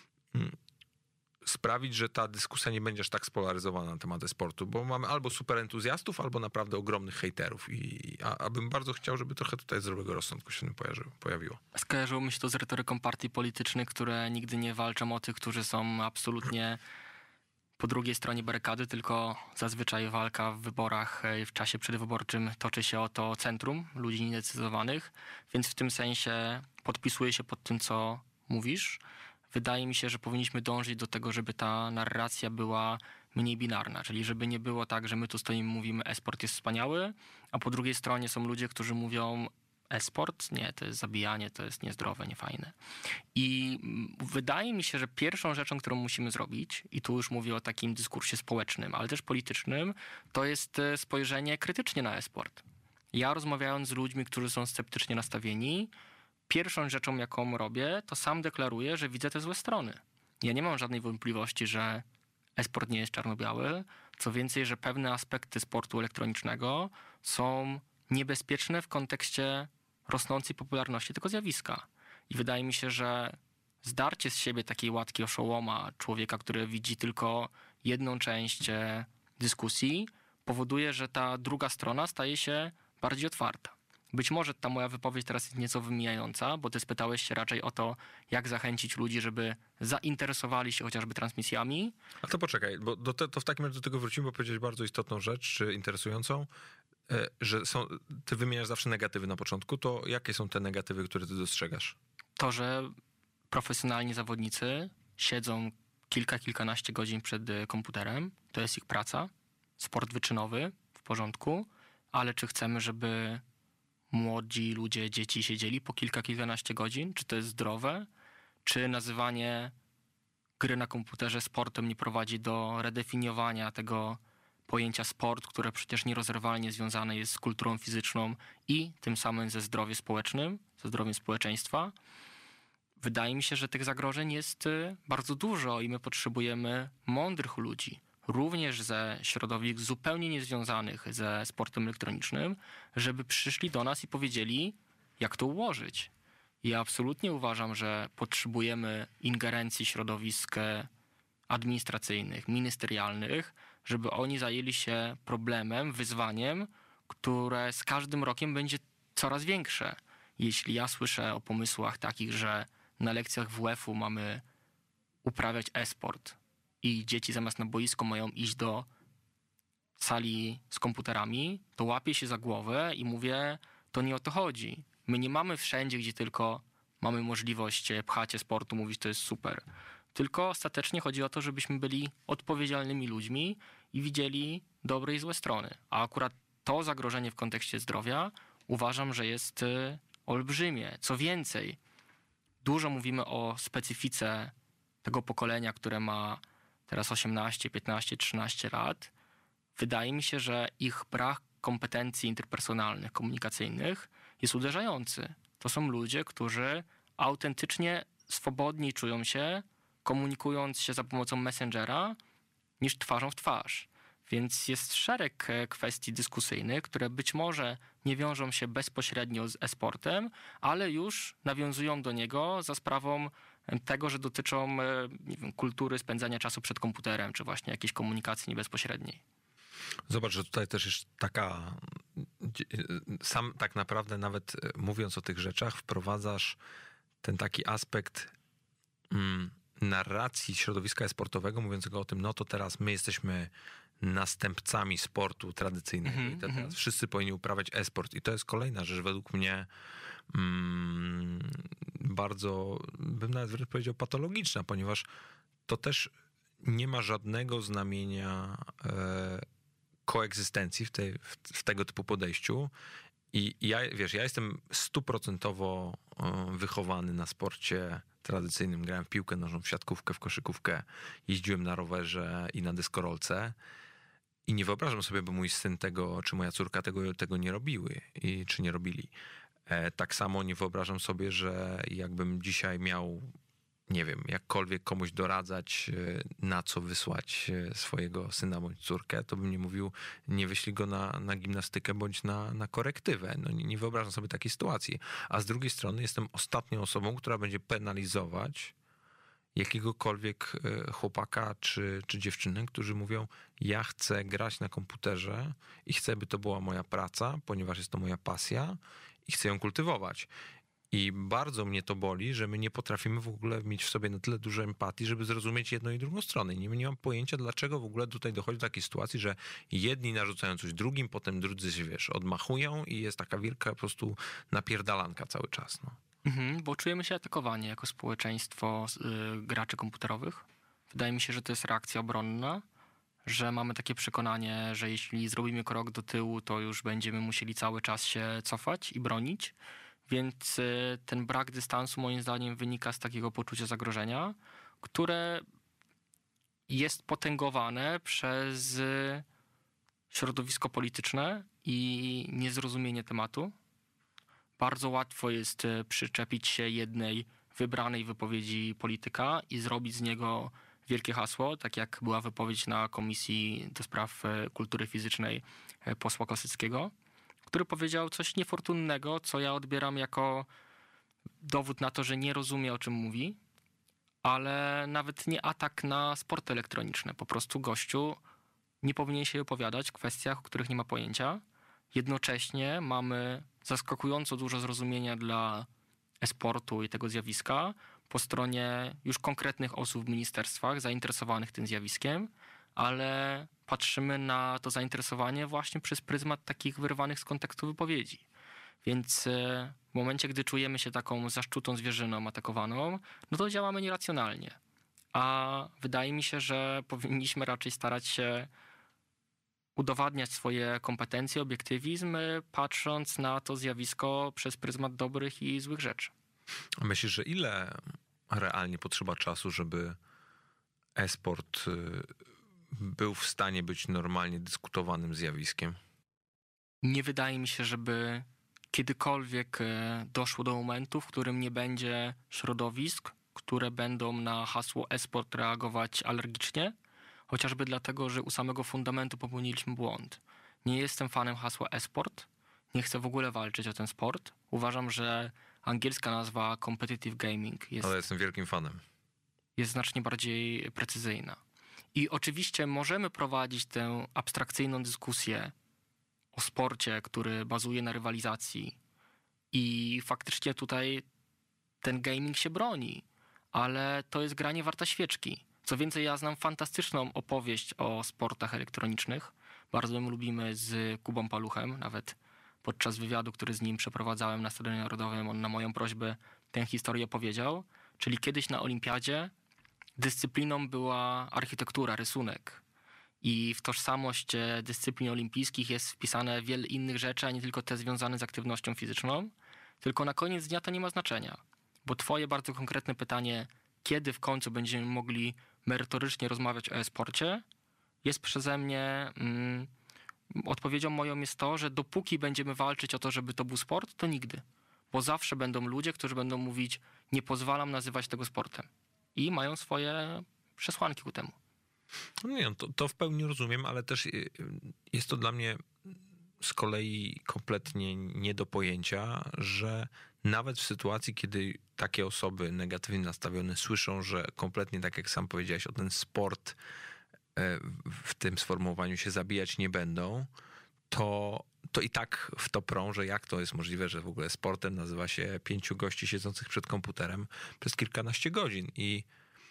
sprawić, że ta dyskusja nie będzie aż tak spolaryzowana na temat sportu, bo mamy albo super entuzjastów, albo naprawdę ogromnych hejterów. A bym bardzo chciał, żeby trochę tutaj zdrowego rozsądku się pojawiło. Skojarzyło mi się to z retoryką partii politycznych, które nigdy nie walczą o tych, którzy są absolutnie po drugiej stronie barykady, tylko zazwyczaj walka w wyborach, w czasie przedwyborczym toczy się o to centrum ludzi niezdecydowanych, więc w tym sensie podpisuję się pod tym, co mówisz. Wydaje mi się, że powinniśmy dążyć do tego, żeby ta narracja była mniej binarna, czyli żeby nie było tak, że my tu stoimy i mówimy e-sport jest wspaniały, a po drugiej stronie są ludzie, którzy mówią e-sport? Nie, to jest zabijanie, to jest niezdrowe, niefajne. I wydaje mi się, że pierwszą rzeczą, którą musimy zrobić, i tu już mówię o takim dyskursie społecznym, ale też politycznym, to jest spojrzenie krytycznie na e-sport. Ja rozmawiając z ludźmi, którzy są sceptycznie nastawieni, pierwszą rzeczą, jaką robię, to sam deklaruję, że widzę te złe strony. Ja nie mam żadnej wątpliwości, że e-sport nie jest czarno-biały. Co więcej, że pewne aspekty sportu elektronicznego są niebezpieczne w kontekście rosnącej popularności tego zjawiska. I wydaje mi się, że zdarcie z siebie takiej łatki oszołoma, człowieka, który widzi tylko jedną część dyskusji, powoduje, że ta druga strona staje się bardziej otwarta. Być może ta moja wypowiedź teraz jest nieco wymijająca, bo ty spytałeś się raczej o to, jak zachęcić ludzi, żeby zainteresowali się chociażby transmisjami. A to poczekaj, bo to w takim razie do tego wrócimy, bo powiedziałeś bardzo istotną rzecz, czy interesującą, że ty wymieniasz zawsze negatywy na początku, to jakie są te negatywy, które ty dostrzegasz? To, że profesjonalni zawodnicy siedzą kilkanaście godzin przed komputerem, to jest ich praca, sport wyczynowy, w porządku, ale czy chcemy, żeby młodzi ludzie, dzieci siedzieli po kilkanaście godzin? Czy to jest zdrowe? Czy nazywanie gry na komputerze sportem nie prowadzi do redefiniowania tego pojęcia sport, które przecież nierozerwalnie związane jest z kulturą fizyczną i tym samym ze zdrowiem społecznym, ze zdrowiem społeczeństwa? Wydaje mi się, że tych zagrożeń jest bardzo dużo i my potrzebujemy mądrych ludzi, również ze środowisk zupełnie niezwiązanych ze sportem elektronicznym, żeby przyszli do nas i powiedzieli, jak to ułożyć. Ja absolutnie uważam, że potrzebujemy ingerencji środowisk administracyjnych, ministerialnych, żeby oni zajęli się problemem, wyzwaniem, które z każdym rokiem będzie coraz większe. Jeśli ja słyszę o pomysłach takich, że na lekcjach WF-u mamy uprawiać e-sport i dzieci zamiast na boisko mają iść do sali z komputerami, to łapię się za głowę i mówię, to nie o to chodzi. My nie mamy wszędzie, gdzie tylko mamy możliwość pchacia sportu, mówić, to jest super. Tylko ostatecznie chodzi o to, żebyśmy byli odpowiedzialnymi ludźmi i widzieli dobre i złe strony. A akurat to zagrożenie w kontekście zdrowia uważam, że jest olbrzymie. Co więcej, dużo mówimy o specyfice tego pokolenia, które ma teraz 18, 15, 13 lat. Wydaje mi się, że ich brak kompetencji interpersonalnych, komunikacyjnych jest uderzający. To są ludzie, którzy autentycznie swobodniej czują się, komunikując się za pomocą Messengera, niż twarzą w twarz. Więc jest szereg kwestii dyskusyjnych, które być może nie wiążą się bezpośrednio z e-sportem, ale już nawiązują do niego za sprawą tego, że dotyczą nie wiem, kultury spędzania czasu przed komputerem, czy właśnie jakiejś komunikacji niebezpośredniej. Zobacz, że tutaj też jest taka... Sam tak naprawdę nawet mówiąc o tych rzeczach wprowadzasz ten taki aspekt narracji środowiska e-sportowego, mówiącego o tym, no to teraz my jesteśmy następcami sportu tradycyjnego i teraz wszyscy powinni uprawiać e-sport. I to jest kolejna rzecz według mnie bardzo, bym nawet wręcz powiedział, patologiczna, ponieważ to też nie ma żadnego znamienia koegzystencji w tego typu podejściu. I ja jestem 100% wychowany na sporcie tradycyjnym. Grałem w piłkę nożną, w siatkówkę, w koszykówkę, jeździłem na rowerze i na deskorolce. I nie wyobrażam sobie, by mój syn czy moja córka tego nie robiły czy nie robili. Tak samo nie wyobrażam sobie, że jakbym dzisiaj miał, nie wiem, jakkolwiek komuś doradzać, na co wysłać swojego syna bądź córkę, to bym nie mówił, nie wyślij go na gimnastykę bądź na korektywę. No nie wyobrażam sobie takiej sytuacji. A z drugiej strony jestem ostatnią osobą, która będzie penalizować jakiegokolwiek chłopaka czy dziewczynę, którzy mówią, ja chcę grać na komputerze i chcę, by to była moja praca, ponieważ jest to moja pasja i chcę ją kultywować. I bardzo mnie to boli, że my nie potrafimy w ogóle mieć w sobie na tyle dużo empatii, żeby zrozumieć jedną i drugą stronę. Nie mam pojęcia, dlaczego w ogóle tutaj dochodzi do takiej sytuacji, że jedni narzucają coś drugim, potem drudzy się, odmachują i jest taka wielka po prostu napierdalanka cały czas. No. Bo czujemy się atakowani jako społeczeństwo graczy komputerowych. Wydaje mi się, że to jest reakcja obronna, że mamy takie przekonanie, że jeśli zrobimy krok do tyłu, to już będziemy musieli cały czas się cofać i bronić. Więc ten brak dystansu moim zdaniem wynika z takiego poczucia zagrożenia, które jest potęgowane przez środowisko polityczne i niezrozumienie tematu. Bardzo łatwo jest przyczepić się jednej wybranej wypowiedzi polityka i zrobić z niego wielkie hasło, tak jak była wypowiedź na Komisji do Spraw Kultury Fizycznej posła Kosyckiego, który powiedział coś niefortunnego, co ja odbieram jako dowód na to, że nie rozumie, o czym mówi, ale nawet nie atak na sporty elektroniczne. Po prostu gościu nie powinien się opowiadać w kwestiach, o których nie ma pojęcia. Jednocześnie mamy zaskakująco dużo zrozumienia dla e-sportu i tego zjawiska po stronie już konkretnych osób w ministerstwach zainteresowanych tym zjawiskiem, ale patrzymy na to zainteresowanie właśnie przez pryzmat takich wyrwanych z kontekstu wypowiedzi. Więc w momencie, gdy czujemy się taką zaszczutą zwierzyną atakowaną, no to działamy nieracjonalnie. A wydaje mi się, że powinniśmy raczej starać się udowadniać swoje kompetencje, obiektywizm, patrząc na to zjawisko przez pryzmat dobrych i złych rzeczy. A myślisz, że ile realnie potrzeba czasu, żeby e-sport był w stanie być normalnie dyskutowanym zjawiskiem? Nie wydaje mi się, żeby kiedykolwiek doszło do momentu, w którym nie będzie środowisk, które będą na hasło e-sport reagować alergicznie, chociażby dlatego, że u samego fundamentu popełniliśmy błąd. Nie jestem fanem hasła e-sport, nie chcę w ogóle walczyć o ten sport. Uważam, że angielska nazwa competitive gaming jest... Ale jestem wielkim fanem. Jest znacznie bardziej precyzyjna. I oczywiście możemy prowadzić tę abstrakcyjną dyskusję o sporcie, który bazuje na rywalizacji i faktycznie tutaj ten gaming się broni, ale to jest granie warta świeczki. Co więcej, ja znam fantastyczną opowieść o sportach elektronicznych. Bardzo ją lubimy z Kubą Paluchem, nawet podczas wywiadu, który z nim przeprowadzałem na Stadionie Narodowym, on na moją prośbę tę historię opowiedział. Czyli kiedyś na olimpiadzie dyscypliną była architektura, rysunek. I w tożsamość dyscyplin olimpijskich jest wpisane wiele innych rzeczy, a nie tylko te związane z aktywnością fizyczną. Tylko na koniec dnia to nie ma znaczenia. Bo twoje bardzo konkretne pytanie, kiedy w końcu będziemy mogli merytorycznie rozmawiać o e-sporcie, jest przeze mnie... Odpowiedzią moją jest to, że dopóki będziemy walczyć o to, żeby to był sport, to nigdy. Bo zawsze będą ludzie, którzy będą mówić, nie pozwalam nazywać tego sportem. I mają swoje przesłanki ku temu. Nie, to w pełni rozumiem, ale też jest to dla mnie z kolei kompletnie nie do pojęcia, że nawet w sytuacji, kiedy takie osoby negatywnie nastawione słyszą, że kompletnie, tak jak sam powiedziałeś, o ten sport w tym sformułowaniu się zabijać nie będą, to i tak w to prą, że jak to jest możliwe, że w ogóle sportem nazywa się 5 gości siedzących przed komputerem przez kilkanaście godzin. I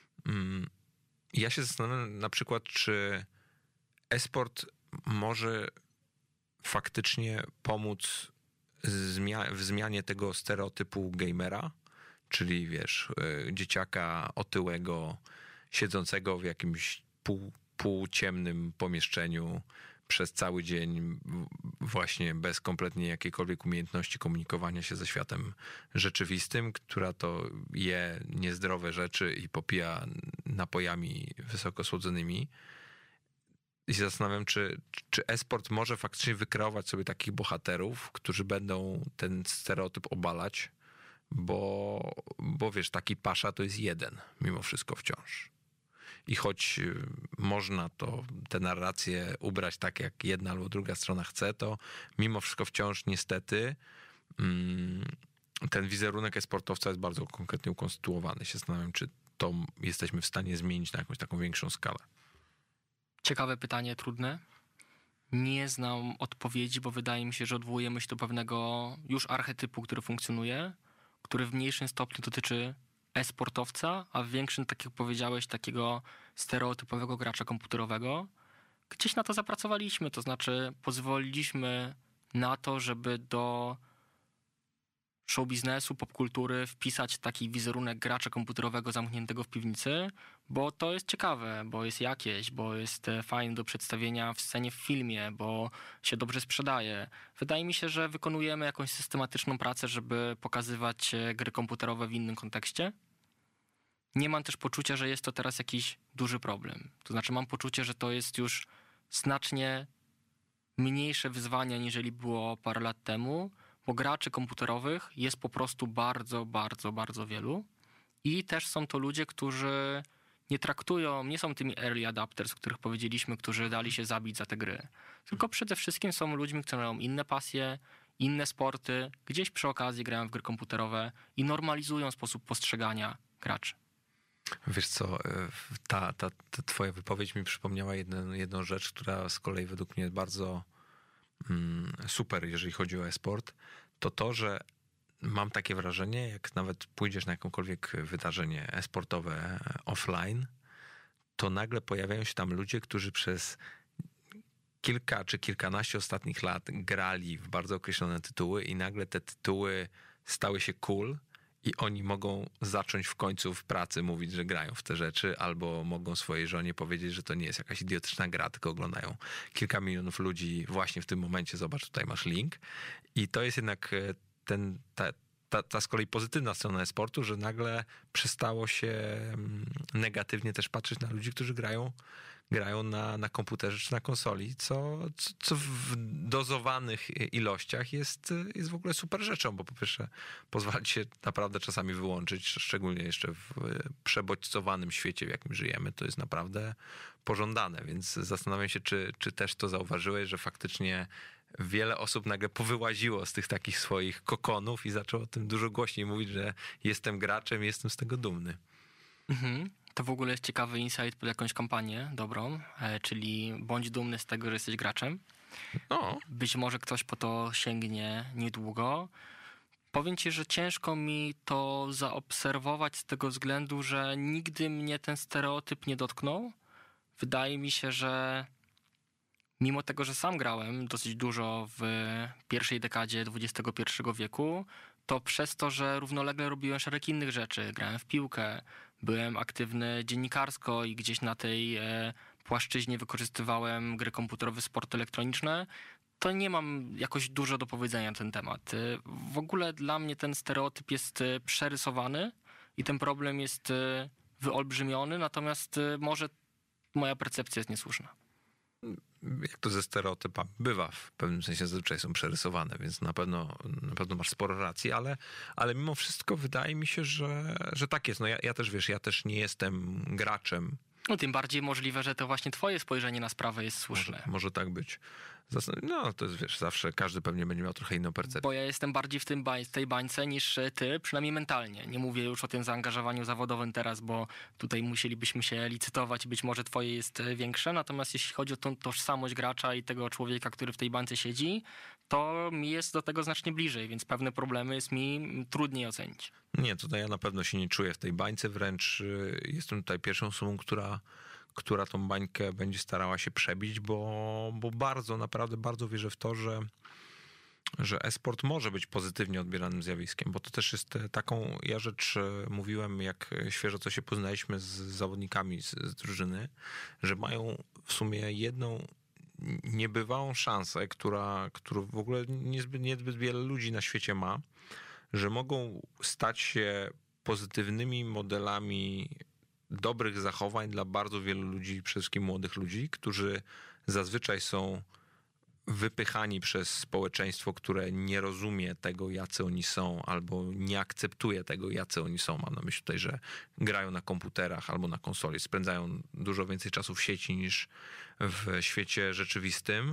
ja się zastanawiam na przykład, czy e-sport może faktycznie pomóc w zmianie tego stereotypu gamera, czyli wiesz, dzieciaka otyłego, siedzącego w jakimś półciemnym pomieszczeniu przez cały dzień właśnie bez kompletnie jakiejkolwiek umiejętności komunikowania się ze światem rzeczywistym, która to je niezdrowe rzeczy i popija napojami wysokosłodzonymi. I się zastanawiam, czy e-sport może faktycznie wykreować sobie takich bohaterów, którzy będą ten stereotyp obalać, bo wiesz, taki pasza to jest jeden mimo wszystko wciąż. I choć można tę narrację ubrać tak, jak jedna albo druga strona chce, to mimo wszystko wciąż niestety ten wizerunek e-sportowca jest bardzo konkretnie ukonstytuowany. Się zastanawiam, czy to jesteśmy w stanie zmienić na jakąś taką większą skalę. Ciekawe pytanie, trudne. Nie znam odpowiedzi, bo wydaje mi się, że odwołujemy się do pewnego już archetypu, który funkcjonuje, który w mniejszym stopniu dotyczy e-sportowca, a w większym, tak jak powiedziałeś, takiego stereotypowego gracza komputerowego. Gdzieś na to zapracowaliśmy, to znaczy pozwoliliśmy na to, żeby do show biznesu, popkultury wpisać taki wizerunek gracza komputerowego zamkniętego w piwnicy, bo to jest ciekawe, bo jest jakieś, bo jest fajne do przedstawienia w scenie, w filmie, bo się dobrze sprzedaje. Wydaje mi się, że wykonujemy jakąś systematyczną pracę, żeby pokazywać gry komputerowe w innym kontekście. Nie mam też poczucia, że jest to teraz jakiś duży problem. To znaczy mam poczucie, że to jest już znacznie mniejsze wyzwanie, aniżeli było parę lat temu, bo graczy komputerowych jest po prostu bardzo, bardzo, bardzo wielu i też są to ludzie, którzy nie są tymi early adapters, o których powiedzieliśmy, którzy dali się zabić za te gry, tylko przede wszystkim są ludźmi, którzy mają inne pasje, inne sporty, gdzieś przy okazji grają w gry komputerowe i normalizują sposób postrzegania graczy. Wiesz co, ta twoja wypowiedź mi przypomniała jedną rzecz, która z kolei według mnie jest bardzo super, jeżeli chodzi o e-sport, to, że mam takie wrażenie, jak nawet pójdziesz na jakiekolwiek wydarzenie e-sportowe offline, to nagle pojawiają się tam ludzie, którzy przez kilka czy kilkanaście ostatnich lat grali w bardzo określone tytuły i nagle te tytuły stały się cool i oni mogą zacząć w końcu w pracy mówić, że grają w te rzeczy, albo mogą swojej żonie powiedzieć, że to nie jest jakaś idiotyczna gra, tylko oglądają kilka milionów ludzi właśnie w tym momencie. Zobacz, tutaj masz link. I to jest jednak ta z kolei pozytywna strona e-sportu, że nagle przestało się negatywnie też patrzeć na ludzi, którzy grają na komputerze czy na konsoli, co w dozowanych ilościach jest w ogóle super rzeczą, bo po pierwsze pozwala ci się naprawdę czasami wyłączyć, szczególnie jeszcze w przebodźcowanym świecie, w jakim żyjemy, to jest naprawdę pożądane, więc zastanawiam się, czy też to zauważyłeś, że faktycznie wiele osób nagle powyłaziło z tych takich swoich kokonów i zaczęło o tym dużo głośniej mówić, że jestem graczem, jestem z tego dumny. Mhm. To w ogóle jest ciekawy insight pod jakąś kampanię dobrą, czyli bądź dumny z tego, że jesteś graczem. No. Być może ktoś po to sięgnie niedługo. Powiem ci, że ciężko mi to zaobserwować z tego względu, że nigdy mnie ten stereotyp nie dotknął. Wydaje mi się, że mimo tego, że sam grałem dosyć dużo w pierwszej dekadzie XXI wieku, to przez to, że równolegle robiłem szereg innych rzeczy, grałem w piłkę, byłem aktywny dziennikarsko i gdzieś na tej płaszczyźnie wykorzystywałem gry komputerowe, sporty elektroniczne, to nie mam jakoś dużo do powiedzenia na ten temat. W ogóle dla mnie ten stereotyp jest przerysowany i ten problem jest wyolbrzymiony, natomiast może moja percepcja jest niesłuszna. Jak to ze stereotypami bywa, w pewnym sensie zazwyczaj są przerysowane, więc na pewno masz sporo racji, ale mimo wszystko wydaje mi się, że tak jest. No ja też, wiesz, ja też nie jestem graczem. No tym bardziej możliwe, że to właśnie twoje spojrzenie na sprawę jest słuszne. Może tak być. No to jest, wiesz, zawsze każdy pewnie będzie miał trochę inną percepcję. Bo ja jestem bardziej w tej bańce niż ty, przynajmniej mentalnie. Nie mówię już o tym zaangażowaniu zawodowym teraz, bo tutaj musielibyśmy się licytować, być może twoje jest większe, natomiast jeśli chodzi o tą tożsamość gracza i tego człowieka, który w tej bańce siedzi, to mi jest do tego znacznie bliżej, więc pewne problemy jest mi trudniej ocenić. Nie, tutaj ja na pewno się nie czuję w tej bańce, wręcz jestem tutaj pierwszą osobą, która tą bańkę będzie starała się przebić, bo bardzo, naprawdę bardzo wierzę w to, że e-sport może być pozytywnie odbieranym zjawiskiem, bo to też jest taką, ja rzecz mówiłem, jak świeżo co się poznaliśmy z zawodnikami z drużyny, że mają w sumie jedną niebywałą szansę, którą w ogóle niezbyt wiele ludzi na świecie ma, że mogą stać się pozytywnymi modelami dobrych zachowań dla bardzo wielu ludzi, przede wszystkim młodych ludzi, którzy zazwyczaj są wypychani przez społeczeństwo, które nie rozumie tego, jacy oni są, albo nie akceptuje tego, jacy oni są. Mam na myśli tutaj, że grają na komputerach albo na konsoli, spędzają dużo więcej czasu w sieci niż w świecie rzeczywistym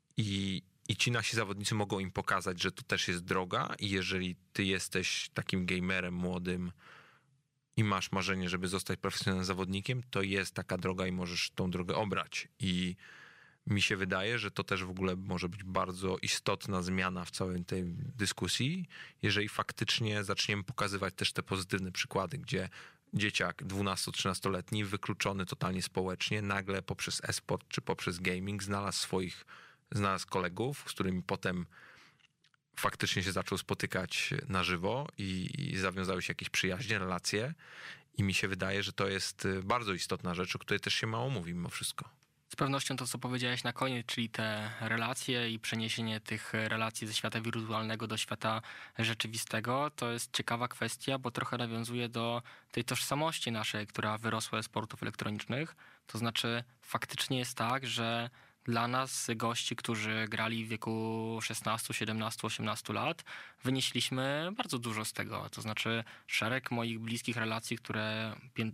i ci nasi zawodnicy mogą im pokazać, że to też jest droga i jeżeli ty jesteś takim gamerem młodym i masz marzenie, żeby zostać profesjonalnym zawodnikiem, to jest taka droga i możesz tą drogę obrać. I mi się wydaje, że to też w ogóle może być bardzo istotna zmiana w całej tej dyskusji, jeżeli faktycznie zaczniemy pokazywać też te pozytywne przykłady, gdzie dzieciak 12-13-letni, wykluczony totalnie społecznie, nagle poprzez e-sport czy poprzez gaming znalazł kolegów, z którymi potem faktycznie się zaczął spotykać na żywo i zawiązały się jakieś przyjaźnie, relacje. I mi się wydaje, że to jest bardzo istotna rzecz, o której też się mało mówi mimo wszystko. Z pewnością to, co powiedziałeś na koniec, czyli te relacje i przeniesienie tych relacji ze świata wirtualnego do świata rzeczywistego, to jest ciekawa kwestia, bo trochę nawiązuje do tej tożsamości naszej, która wyrosła z sportów elektronicznych. To znaczy faktycznie jest tak, że dla nas, gości, którzy grali w wieku 16, 17, 18 lat, wynieśliśmy bardzo dużo z tego. To znaczy szereg moich bliskich relacji, które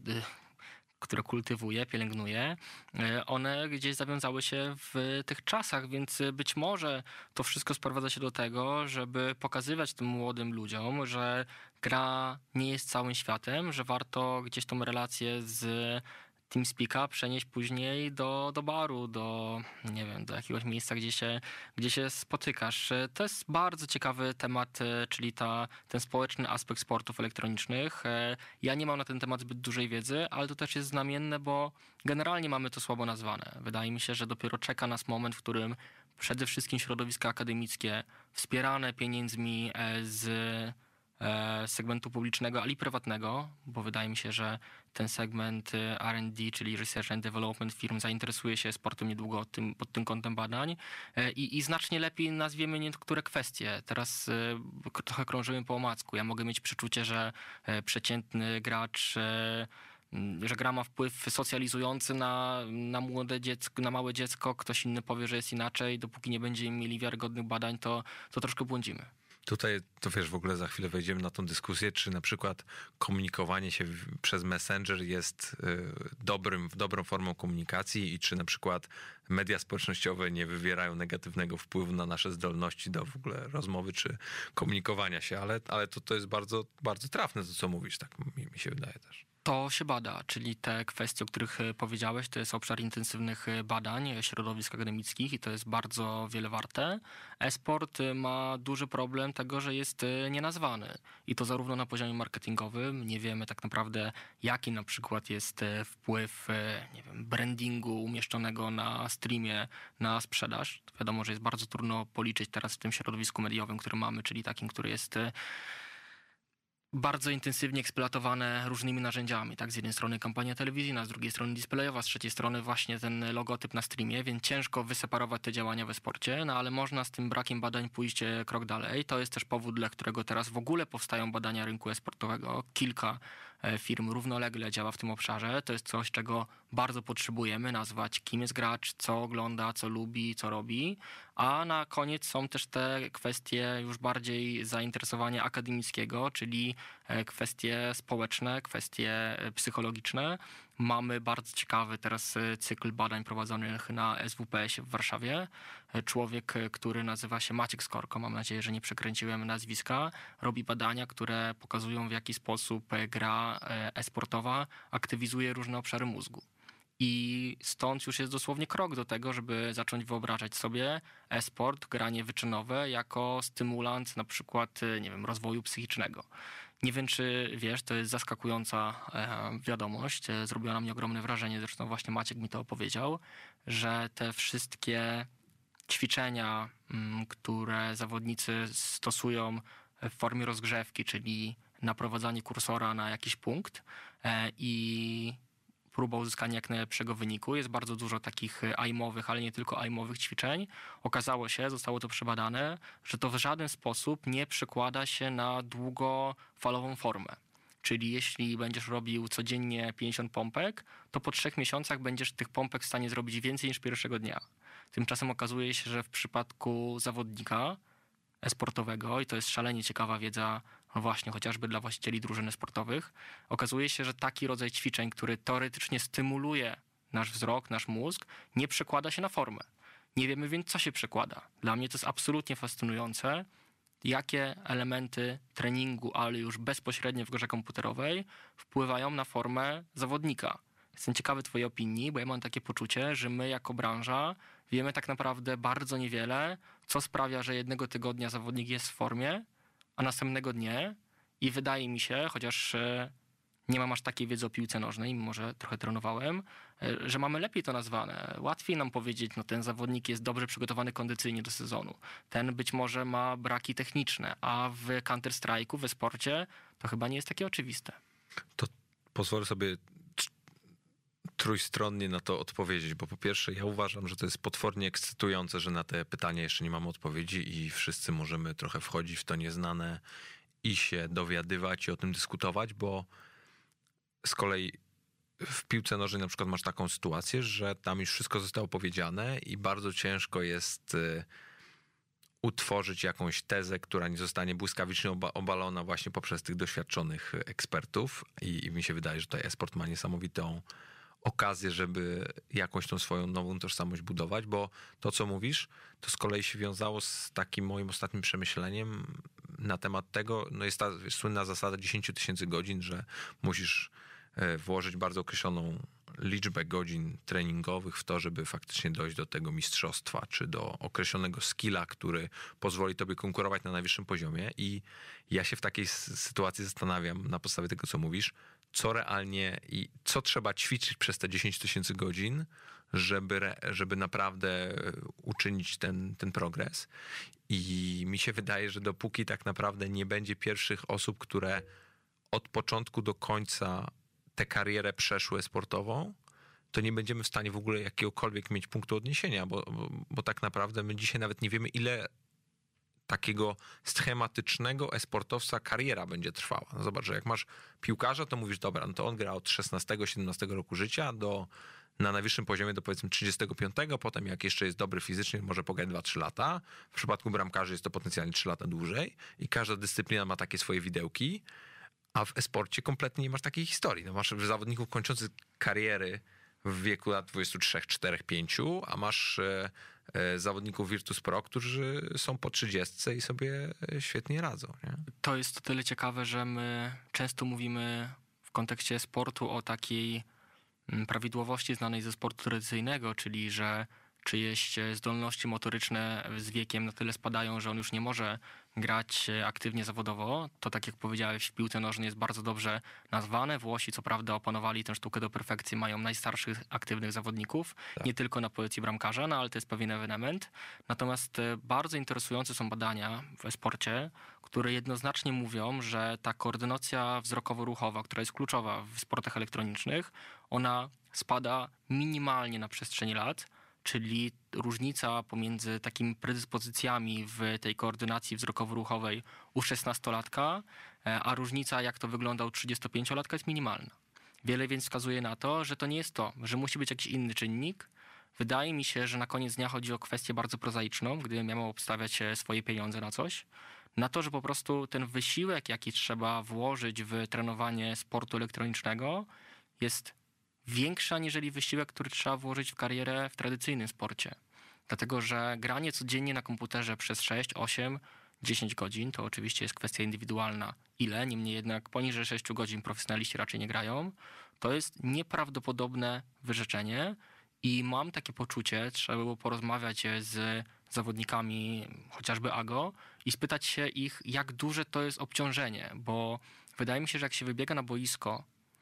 kultywuję, pielęgnuję, one gdzieś zawiązały się w tych czasach, więc być może to wszystko sprowadza się do tego, żeby pokazywać tym młodym ludziom, że gra nie jest całym światem, że warto gdzieś tą relację z TeamSpeak'a przenieść później do baru, nie wiem, do jakiegoś miejsca, gdzie się spotykasz. To jest bardzo ciekawy temat, czyli ten społeczny aspekt sportów elektronicznych. Ja nie mam na ten temat zbyt dużej wiedzy, ale to też jest znamienne, bo generalnie mamy to słabo nazwane. Wydaje mi się, że dopiero czeka nas moment, w którym przede wszystkim środowiska akademickie wspierane pieniędzmi z segmentu publicznego, ale i prywatnego, bo wydaje mi się, że ten segment R&D, czyli Research and Development firm, zainteresuje się sportem niedługo pod tym kątem badań i znacznie lepiej nazwiemy niektóre kwestie. Teraz trochę krążymy po omacku. Ja mogę mieć przeczucie, że przeciętny gracz że gra ma wpływ socjalizujący na młode dziecko, na małe dziecko, ktoś inny powie, że jest inaczej. Dopóki nie będziemy mieli wiarygodnych badań, to troszkę błądzimy. Tutaj, to wiesz, w ogóle za chwilę wejdziemy na tą dyskusję, czy na przykład komunikowanie się przez Messenger jest dobrą formą komunikacji i czy na przykład media społecznościowe nie wywierają negatywnego wpływu na nasze zdolności do w ogóle rozmowy czy komunikowania się, ale to jest bardzo, bardzo trafne to, co mówisz, tak mi się wydaje też. To się bada, czyli te kwestie, o których powiedziałeś, to jest obszar intensywnych badań środowisk akademickich i to jest bardzo wiele warte. E-sport ma duży problem tego, że jest nienazwany i to zarówno na poziomie marketingowym, nie wiemy tak naprawdę jaki na przykład jest wpływ, nie wiem, brandingu umieszczonego na streamie na sprzedaż. Wiadomo, że jest bardzo trudno policzyć teraz w tym środowisku mediowym, który mamy, czyli takim, który jest bardzo intensywnie eksploatowane różnymi narzędziami. Tak, z jednej strony kampania telewizyjna, z drugiej strony displayowa, z trzeciej strony właśnie ten logotyp na streamie, więc ciężko wyseparować te działania we sporcie, no ale można z tym brakiem badań pójść krok dalej. To jest też powód, dla którego teraz w ogóle powstają badania rynku e-sportowego. Kilka firm równolegle działa w tym obszarze. To jest coś, czego bardzo potrzebujemy, nazwać kim jest gracz, co ogląda, co lubi, co robi. A na koniec są też te kwestie już bardziej zainteresowania akademickiego, czyli kwestie społeczne, kwestie psychologiczne. Mamy bardzo ciekawy teraz cykl badań prowadzonych na SWPS w Warszawie. Człowiek, który nazywa się Maciek Skorko, mam nadzieję, że nie przekręciłem nazwiska, robi badania, które pokazują, w jaki sposób gra e-sportowa aktywizuje różne obszary mózgu. I stąd już jest dosłownie krok do tego, żeby zacząć wyobrażać sobie e-sport, granie wyczynowe jako stymulant na przykład, nie wiem, rozwoju psychicznego. Nie wiem, czy wiesz, to jest zaskakująca wiadomość, zrobiła na mnie ogromne wrażenie, zresztą właśnie Maciek mi to opowiedział, że te wszystkie ćwiczenia, które zawodnicy stosują w formie rozgrzewki, czyli naprowadzanie kursora na jakiś punkt i próba uzyskania jak najlepszego wyniku. Jest bardzo dużo takich aimowych, ale nie tylko aimowych ćwiczeń. Okazało się, zostało to przebadane, że to w żaden sposób nie przekłada się na długofalową formę. Czyli jeśli będziesz robił codziennie 50 pompek, to po 3 miesiącach będziesz tych pompek w stanie zrobić więcej niż pierwszego dnia. Tymczasem okazuje się, że w przypadku zawodnika sportowego, i to jest szalenie ciekawa wiedza, no właśnie, chociażby dla właścicieli drużyn sportowych, okazuje się, że taki rodzaj ćwiczeń, który teoretycznie stymuluje nasz wzrok, nasz mózg, nie przekłada się na formę. Nie wiemy więc, co się przekłada. Dla mnie to jest absolutnie fascynujące, jakie elementy treningu, ale już bezpośrednio w grze komputerowej, wpływają na formę zawodnika. Jestem ciekawy twojej opinii, bo ja mam takie poczucie, że my jako branża wiemy tak naprawdę bardzo niewiele, co sprawia, że jednego tygodnia zawodnik jest w formie, a następnego nie. I wydaje mi się, chociaż nie mam aż takiej wiedzy o piłce nożnej, mimo że trochę trenowałem, że mamy lepiej to nazwane. Łatwiej nam powiedzieć, no ten zawodnik jest dobrze przygotowany kondycyjnie do sezonu. Ten być może ma braki techniczne, a w Counter-Strike'u, we sporcie, to chyba nie jest takie oczywiste. To pozwolę sobie trójstronnie na to odpowiedzieć, bo po pierwsze ja uważam, że to jest potwornie ekscytujące, że na te pytania jeszcze nie mamy odpowiedzi i wszyscy możemy trochę wchodzić w to nieznane i się dowiadywać i o tym dyskutować, bo z kolei w piłce nożnej na przykład masz taką sytuację, że tam już wszystko zostało powiedziane i bardzo ciężko jest utworzyć jakąś tezę, która nie zostanie błyskawicznie obalona właśnie poprzez tych doświadczonych ekspertów i mi się wydaje, że tutaj e-sport ma niesamowitą okazję, żeby jakąś tą swoją nową tożsamość budować, bo to, co mówisz, to z kolei się wiązało z takim moim ostatnim przemyśleniem na temat tego, no jest ta słynna zasada 10 000 godzin, że musisz włożyć bardzo określoną liczbę godzin treningowych w to, żeby faktycznie dojść do tego mistrzostwa, czy do określonego skilla, który pozwoli tobie konkurować na najwyższym poziomie. I ja się w takiej sytuacji zastanawiam na podstawie tego, co mówisz, co realnie i co trzeba ćwiczyć przez te 10 000 godzin, żeby naprawdę uczynić ten progres. I mi się wydaje, że dopóki tak naprawdę nie będzie pierwszych osób, które od początku do końca tę karierę przeszły sportową, to nie będziemy w stanie w ogóle jakiegokolwiek mieć punktu odniesienia, bo tak naprawdę my dzisiaj nawet nie wiemy, ile takiego schematycznego e-sportowca kariera będzie trwała. No zobacz, że jak masz piłkarza, to mówisz, dobra, no to on gra od 16-17 roku życia na najwyższym poziomie do powiedzmy 35, potem jak jeszcze jest dobry fizycznie, może pograć 2-3 lata. W przypadku bramkarzy jest to potencjalnie 3 lata dłużej i każda dyscyplina ma takie swoje widełki, a w e-sporcie kompletnie nie masz takiej historii. No masz zawodników kończących kariery w wieku lat 23, 4, 5, a masz zawodników Virtus Pro, którzy są po 30 i sobie świetnie radzą. Nie? To jest o tyle ciekawe, że my często mówimy w kontekście sportu o takiej prawidłowości znanej ze sportu tradycyjnego, czyli że czyjeś zdolności motoryczne z wiekiem na tyle spadają, że on już nie może grać aktywnie zawodowo. To, tak jak powiedziałeś, w piłce nożnej jest bardzo dobrze nazwane. Włosi co prawda opanowali tę sztukę do perfekcji, mają najstarszych aktywnych zawodników, tak. Nie tylko na pozycji bramkarza, no ale to jest pewien ewenement. Natomiast bardzo interesujące są badania w sporcie, które jednoznacznie mówią, że ta koordynacja wzrokowo-ruchowa, która jest kluczowa w sportach elektronicznych, ona spada minimalnie na przestrzeni lat, czyli różnica pomiędzy takimi predyspozycjami w tej koordynacji wzrokowo-ruchowej u 16-latka, a różnica, jak to wygląda u 35-latka, jest minimalna. Wiele więc wskazuje na to, że to nie jest to, że musi być jakiś inny czynnik. Wydaje mi się, że na koniec dnia chodzi o kwestię bardzo prozaiczną, gdybym miał obstawiać swoje pieniądze na coś, na to, że po prostu ten wysiłek, jaki trzeba włożyć w trenowanie sportu elektronicznego, jest większa aniżeli wysiłek, który trzeba włożyć w karierę w tradycyjnym sporcie. Dlatego, że granie codziennie na komputerze przez 6, 8, 10 godzin, to oczywiście jest kwestia indywidualna ile, niemniej jednak poniżej 6 godzin profesjonaliści raczej nie grają, to jest nieprawdopodobne wyrzeczenie i mam takie poczucie, trzeba było porozmawiać z zawodnikami chociażby AGO i spytać się ich, jak duże to jest obciążenie, bo wydaje mi się, że jak się wybiega na boisko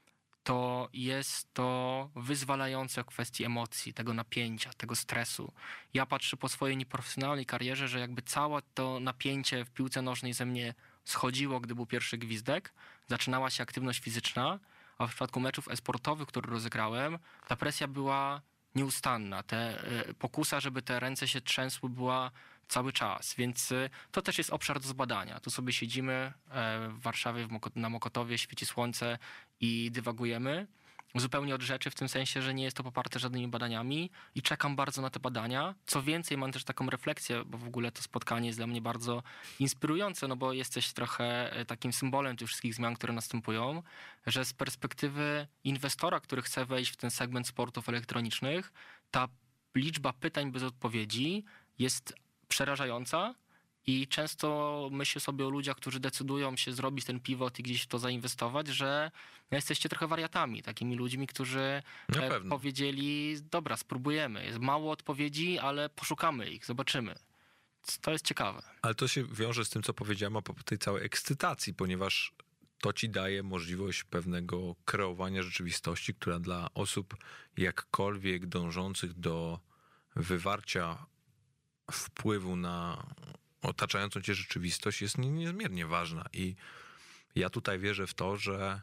to jest to wyzwalające w kwestii emocji, tego napięcia, tego stresu. Ja patrzę po swojej nieprofesjonalnej karierze, że jakby całe to napięcie w piłce nożnej ze mnie schodziło, gdy był pierwszy gwizdek, zaczynała się aktywność fizyczna, a w przypadku meczów e-sportowych, które rozegrałem, ta presja była nieustanna. Pokusa, żeby te ręce się trzęsły, była cały czas, więc to też jest obszar do zbadania. Tu sobie siedzimy w Warszawie, na Mokotowie, świeci słońce i dywagujemy zupełnie od rzeczy, w tym sensie, że nie jest to poparte żadnymi badaniami i czekam bardzo na te badania. Co więcej, mam też taką refleksję, bo w ogóle to spotkanie jest dla mnie bardzo inspirujące, no bo jesteś trochę takim symbolem tych wszystkich zmian, które następują, że z perspektywy inwestora, który chce wejść w ten segment sportów elektronicznych, ta liczba pytań bez odpowiedzi jest przerażająca i często myślę sobie o ludziach, którzy decydują się zrobić ten pivot i gdzieś w to zainwestować, że jesteście trochę wariatami, takimi ludźmi, którzy powiedzieli, dobra, spróbujemy, jest mało odpowiedzi, ale poszukamy ich, zobaczymy. To jest ciekawe. Ale to się wiąże z tym, co powiedziałem, a po tej całej ekscytacji, ponieważ to ci daje możliwość pewnego kreowania rzeczywistości, która dla osób jakkolwiek dążących do wywarcia wpływu na otaczającą cię rzeczywistość jest niezmiernie ważna. I ja tutaj wierzę w to, że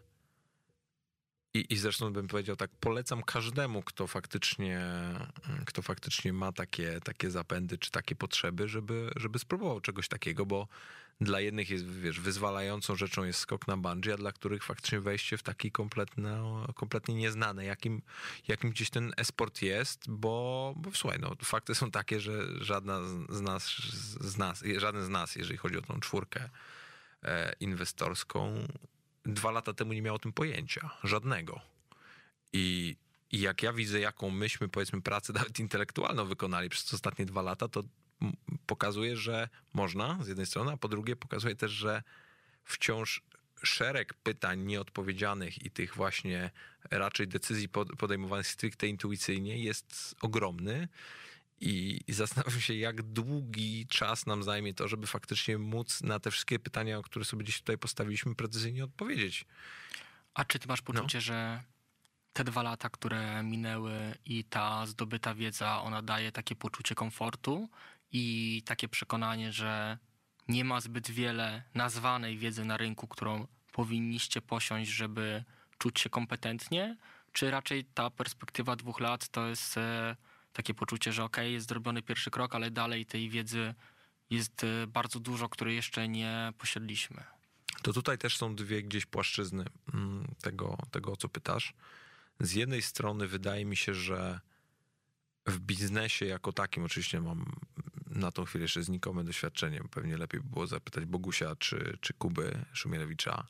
i zresztą bym powiedział tak, polecam każdemu, kto faktycznie ma takie zapędy czy takie potrzeby, żeby spróbował czegoś takiego, bo dla jednych jest, wyzwalającą rzeczą jest skok na bungee, a dla których faktycznie wejście w taki kompletnie nieznane, jakim gdzieś ten e-sport jest, bo słuchaj, no fakty są takie, że żaden z nas, jeżeli chodzi o tą czwórkę inwestorską, 2 lata temu nie miał o tym pojęcia. Żadnego. I jak ja widzę, jaką myśmy, powiedzmy, pracę nawet intelektualną wykonali przez ostatnie 2 lata, to pokazuje, że można z jednej strony, a po drugie pokazuje też, że wciąż szereg pytań nieodpowiedzianych i tych właśnie raczej decyzji podejmowanych stricte intuicyjnie jest ogromny. I zastanawiam się, jak długi czas nam zajmie to, żeby faktycznie móc na te wszystkie pytania, które sobie gdzieś tutaj postawiliśmy, precyzyjnie odpowiedzieć. A czy ty masz poczucie, że te 2 lata, które minęły i ta zdobyta wiedza, ona daje takie poczucie komfortu i takie przekonanie, że nie ma zbyt wiele nazwanej wiedzy na rynku, którą powinniście posiąść, żeby czuć się kompetentnie? Czy raczej ta perspektywa 2 lat to jest takie poczucie, że okej, jest zrobiony pierwszy krok, ale dalej tej wiedzy jest bardzo dużo, której jeszcze nie posiedliśmy? To tutaj też są 2 gdzieś płaszczyzny tego, o co pytasz. Z jednej strony wydaje mi się, że w biznesie jako takim, oczywiście mam na tą chwilę jeszcze znikome doświadczenie, pewnie lepiej by było zapytać Bogusia czy Kuby Szumielewicza,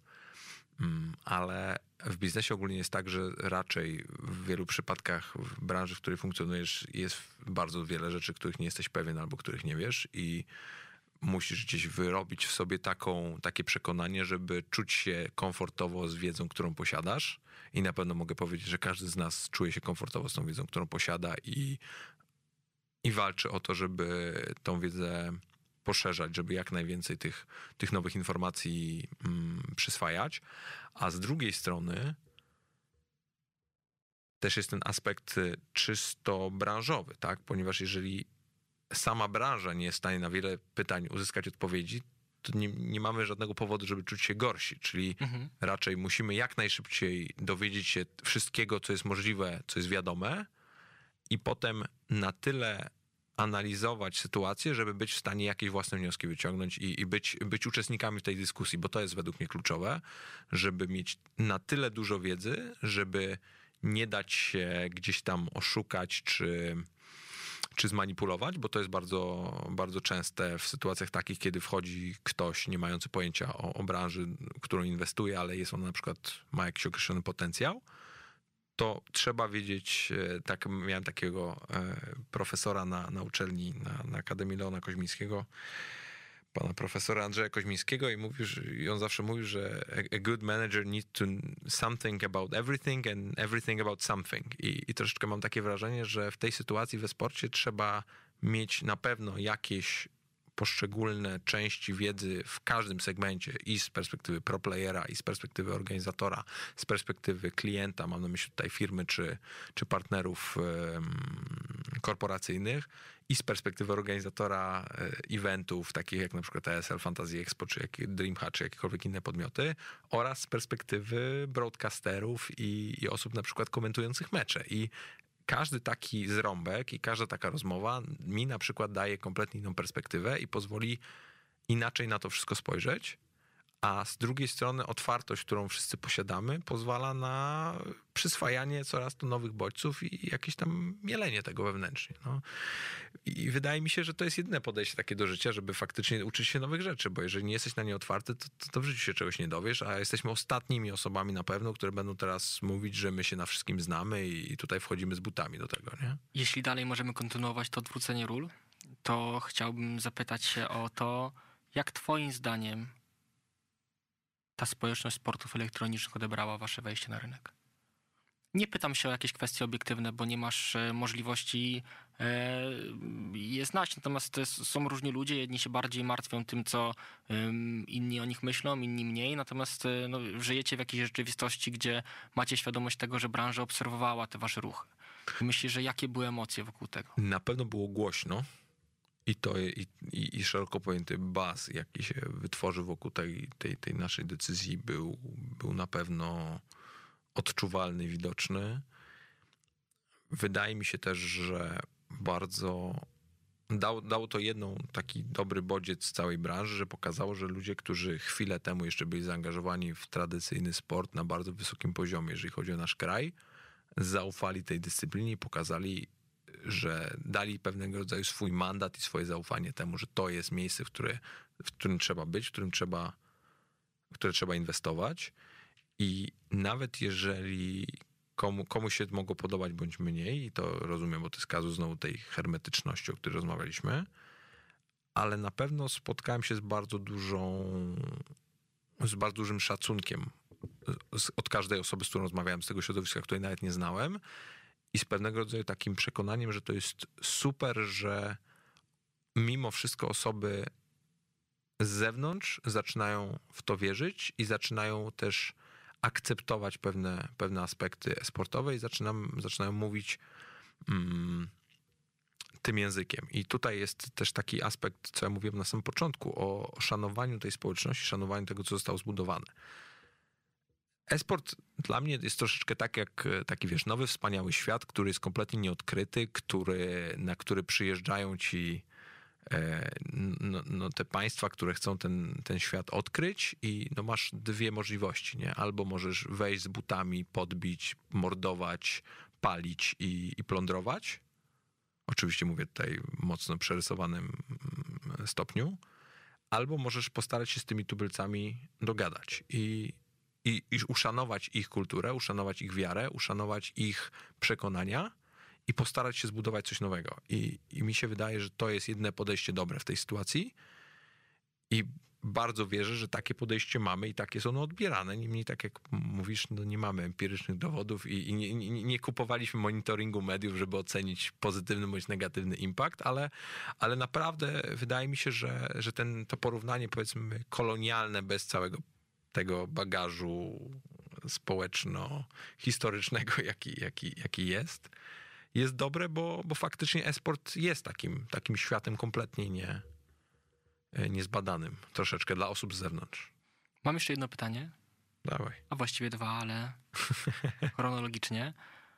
ale w biznesie ogólnie jest tak, że raczej w wielu przypadkach w branży, w której funkcjonujesz, jest bardzo wiele rzeczy, których nie jesteś pewien albo których nie wiesz i musisz gdzieś wyrobić w sobie takie przekonanie, żeby czuć się komfortowo z wiedzą, którą posiadasz. I na pewno mogę powiedzieć, że każdy z nas czuje się komfortowo z tą wiedzą, którą posiada i walczy o to, żeby tą wiedzę poszerzać, żeby jak najwięcej tych nowych informacji przyswajać. A z drugiej strony też jest ten aspekt czysto branżowy, tak? Ponieważ jeżeli sama branża nie jest w stanie na wiele pytań uzyskać odpowiedzi, to nie mamy żadnego powodu, żeby czuć się gorsi. Czyli raczej musimy jak najszybciej dowiedzieć się wszystkiego, co jest możliwe, co jest wiadome i potem na tyle analizować sytuację, żeby być w stanie jakieś własne wnioski wyciągnąć i być uczestnikami w tej dyskusji, bo to jest według mnie kluczowe, żeby mieć na tyle dużo wiedzy, żeby nie dać się gdzieś tam oszukać czy zmanipulować, bo to jest bardzo, bardzo częste w sytuacjach takich, kiedy wchodzi ktoś nie mający pojęcia o branży, którą inwestuje, ale ma jakiś określony potencjał, to trzeba wiedzieć, tak miałem takiego profesora na uczelni, na Akademii Leona Koźmińskiego, pana profesora Andrzeja Koźmińskiego i on zawsze mówił, że a good manager needs to something about everything and everything about something. I troszeczkę mam takie wrażenie, że w tej sytuacji we sporcie trzeba mieć na pewno jakieś poszczególne części wiedzy w każdym segmencie i z perspektywy pro-playera, i z perspektywy organizatora, z perspektywy klienta, mam na myśli tutaj firmy czy partnerów korporacyjnych, i z perspektywy organizatora eventów, takich jak na przykład ESL Fantasy Expo, czy DreamHack, czy jakiekolwiek inne podmioty, oraz z perspektywy broadcasterów i osób na przykład komentujących mecze. I każdy taki zrąbek i każda taka rozmowa mi na przykład daje kompletnie inną perspektywę i pozwoli inaczej na to wszystko spojrzeć, a z drugiej strony otwartość, którą wszyscy posiadamy, pozwala na przyswajanie coraz to nowych bodźców i jakieś tam mielenie tego wewnętrznie. No. I wydaje mi się, że to jest jedyne podejście takie do życia, żeby faktycznie uczyć się nowych rzeczy, bo jeżeli nie jesteś na nie otwarty, to w życiu się czegoś nie dowiesz, a jesteśmy ostatnimi osobami na pewno, które będą teraz mówić, że my się na wszystkim znamy i tutaj wchodzimy z butami do tego, nie? Jeśli dalej możemy kontynuować to odwrócenie ról, to chciałbym zapytać się o to, jak twoim zdaniem ta społeczność sportów elektronicznych odebrała wasze wejście na rynek? Nie pytam się o jakieś kwestie obiektywne, bo nie masz możliwości je znać, natomiast są różni ludzie, jedni się bardziej martwią tym, co inni o nich myślą, inni mniej, natomiast żyjecie w jakiejś rzeczywistości, gdzie macie świadomość tego, że branża obserwowała te wasze ruchy. Myślisz, że jakie były emocje wokół tego? Na pewno było głośno. I szeroko pojęty buzz, jaki się wytworzy wokół tej naszej decyzji, był na pewno odczuwalny, widoczny. Wydaje mi się też, że bardzo dało to taki dobry bodziec całej branży, że pokazało, że ludzie, którzy chwilę temu jeszcze byli zaangażowani w tradycyjny sport na bardzo wysokim poziomie, jeżeli chodzi o nasz kraj, zaufali tej dyscyplinie i pokazali, że dali pewnego rodzaju swój mandat i swoje zaufanie temu, że to jest miejsce, w którym trzeba być, w które trzeba inwestować. I nawet jeżeli komuś się mogło podobać bądź mniej, i to rozumiem, bo to jest kazus znowu tej hermetyczności, o której rozmawialiśmy, ale na pewno spotkałem się z bardzo dużym szacunkiem od każdej osoby, z którą rozmawiałem, z tego środowiska, której nawet nie znałem, i z pewnego rodzaju takim przekonaniem, że to jest super, że mimo wszystko osoby z zewnątrz zaczynają w to wierzyć i zaczynają też akceptować pewne aspekty sportowe i zaczynają mówić tym językiem. I tutaj jest też taki aspekt, co ja mówiłem na samym początku, o szanowaniu tej społeczności, szanowaniu tego, co zostało zbudowane. E-sport dla mnie jest troszeczkę tak jak taki, nowy, wspaniały świat, który jest kompletnie nieodkryty, na który przyjeżdżają ci te państwa, które chcą ten świat odkryć, i masz dwie możliwości, nie? Albo możesz wejść z butami, podbić, mordować, palić i plądrować. Oczywiście mówię tutaj mocno przerysowanym stopniu. Albo możesz postarać się z tymi tubylcami dogadać i uszanować ich kulturę, uszanować ich wiarę, uszanować ich przekonania i postarać się zbudować coś nowego. I mi się wydaje, że to jest jedyne podejście dobre w tej sytuacji i bardzo wierzę, że takie podejście mamy i tak jest ono odbierane. Niemniej, tak jak mówisz, nie mamy empirycznych dowodów i nie kupowaliśmy monitoringu mediów, żeby ocenić pozytywny bądź negatywny impact, ale naprawdę wydaje mi się, że to porównanie, powiedzmy, kolonialne, bez całego tego bagażu społeczno-historycznego, jaki jest dobre, bo faktycznie e-sport jest takim światem kompletnie niezbadanym troszeczkę dla osób z zewnątrz. Mam jeszcze jedno pytanie. Dawaj. A właściwie dwa, ale chronologicznie.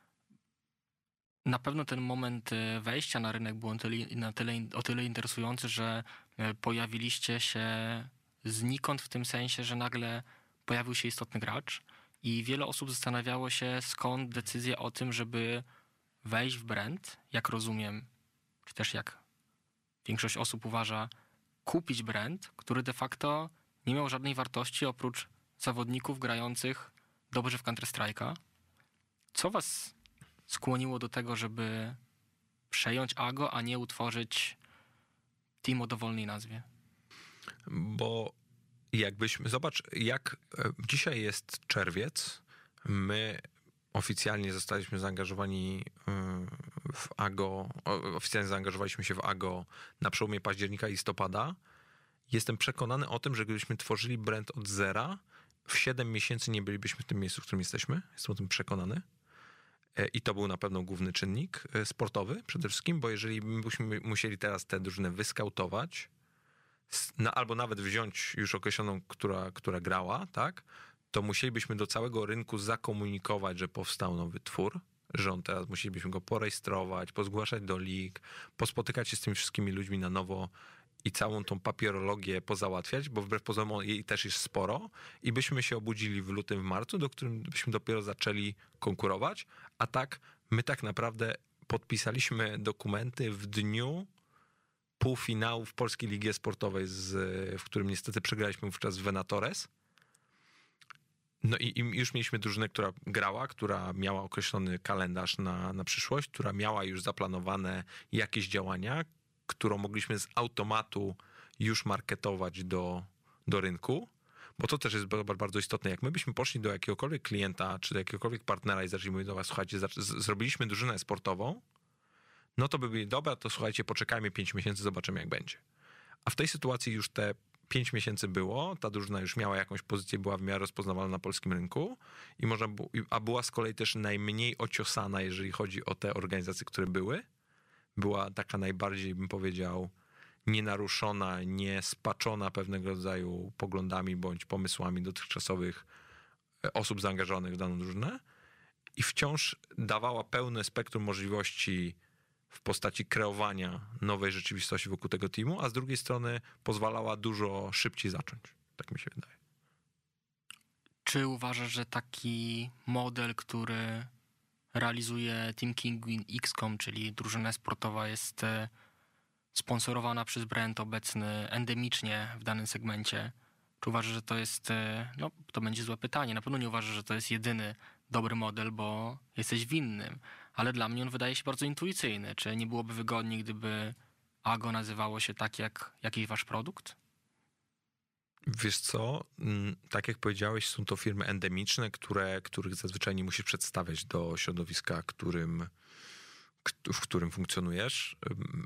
Na pewno ten moment wejścia na rynek był o tyle interesujący, że pojawiliście się znikąd, w tym sensie, że nagle pojawił się istotny gracz i wiele osób zastanawiało się, skąd decyzja o tym, żeby wejść w brand, jak rozumiem, czy też jak większość osób uważa, kupić brand, który de facto nie miał żadnej wartości oprócz zawodników grających dobrze w Counter-Strike'a. Co was skłoniło do tego, żeby przejąć AGO, a nie utworzyć team o dowolnej nazwie? Bo zobacz, jak dzisiaj jest czerwiec, my oficjalnie zostaliśmy zaangażowani w AGO, oficjalnie zaangażowaliśmy się w AGO na przełomie października i listopada. Jestem przekonany o tym, że gdybyśmy tworzyli brand od zera, w 7 miesięcy nie bylibyśmy w tym miejscu, w którym jesteśmy. Jestem o tym przekonany. I to był na pewno główny czynnik sportowy przede wszystkim, bo jeżeli byśmy musieli teraz tę drużynę wyskautować, albo nawet wziąć już określoną, która grała, tak, to musielibyśmy do całego rynku zakomunikować, że powstał nowy twór, że on teraz musielibyśmy go porejestrować, pozgłaszać do lig, pospotykać się z tymi wszystkimi ludźmi na nowo i całą tą papierologię pozałatwiać, bo wbrew pozorom jej też jest sporo i byśmy się obudzili w lutym, w marcu, do którym byśmy dopiero zaczęli konkurować, a tak my tak naprawdę podpisaliśmy dokumenty w dniu półfinałów Polskiej Ligi Sportowej, w którym niestety przegraliśmy wówczas z Venatores. No i już mieliśmy drużynę, która grała, która miała określony kalendarz na przyszłość, która miała już zaplanowane jakieś działania, którą mogliśmy z automatu już marketować do rynku, bo to też jest bardzo istotne. Jak my byśmy poszli do jakiegokolwiek klienta, czy do jakiegokolwiek partnera i zaczęli mówić do was, słuchajcie, zrobiliśmy drużynę sportową, no to by byli, dobra, to słuchajcie, poczekajmy 5 miesięcy, zobaczymy jak będzie. A w tej sytuacji już te 5 miesięcy było, ta drużyna już miała jakąś pozycję, była w miarę rozpoznawalna na polskim rynku a była z kolei też najmniej ociosana, jeżeli chodzi o te organizacje, które były. Była taka najbardziej, bym powiedział, nienaruszona, niespaczona pewnego rodzaju poglądami bądź pomysłami dotychczasowych osób zaangażowanych w daną drużynę i wciąż dawała pełne spektrum możliwości w postaci kreowania nowej rzeczywistości wokół tego teamu, a z drugiej strony pozwalała dużo szybciej zacząć. Tak mi się wydaje. Czy uważasz, że taki model, który realizuje Team Kinguin XCOM, czyli drużyna sportowa, jest sponsorowana przez brand obecny endemicznie w danym segmencie? Czy uważasz, że to jest, no to będzie złe pytanie, na pewno nie uważasz, że to jest jedyny dobry model, bo jesteś winnym, ale dla mnie on wydaje się bardzo intuicyjny. Czy nie byłoby wygodniej, gdyby AGO nazywało się tak jak jakiś wasz produkt? Wiesz co, tak jak powiedziałeś, są to firmy endemiczne, których zazwyczaj nie musisz przedstawiać do środowiska, w którym funkcjonujesz.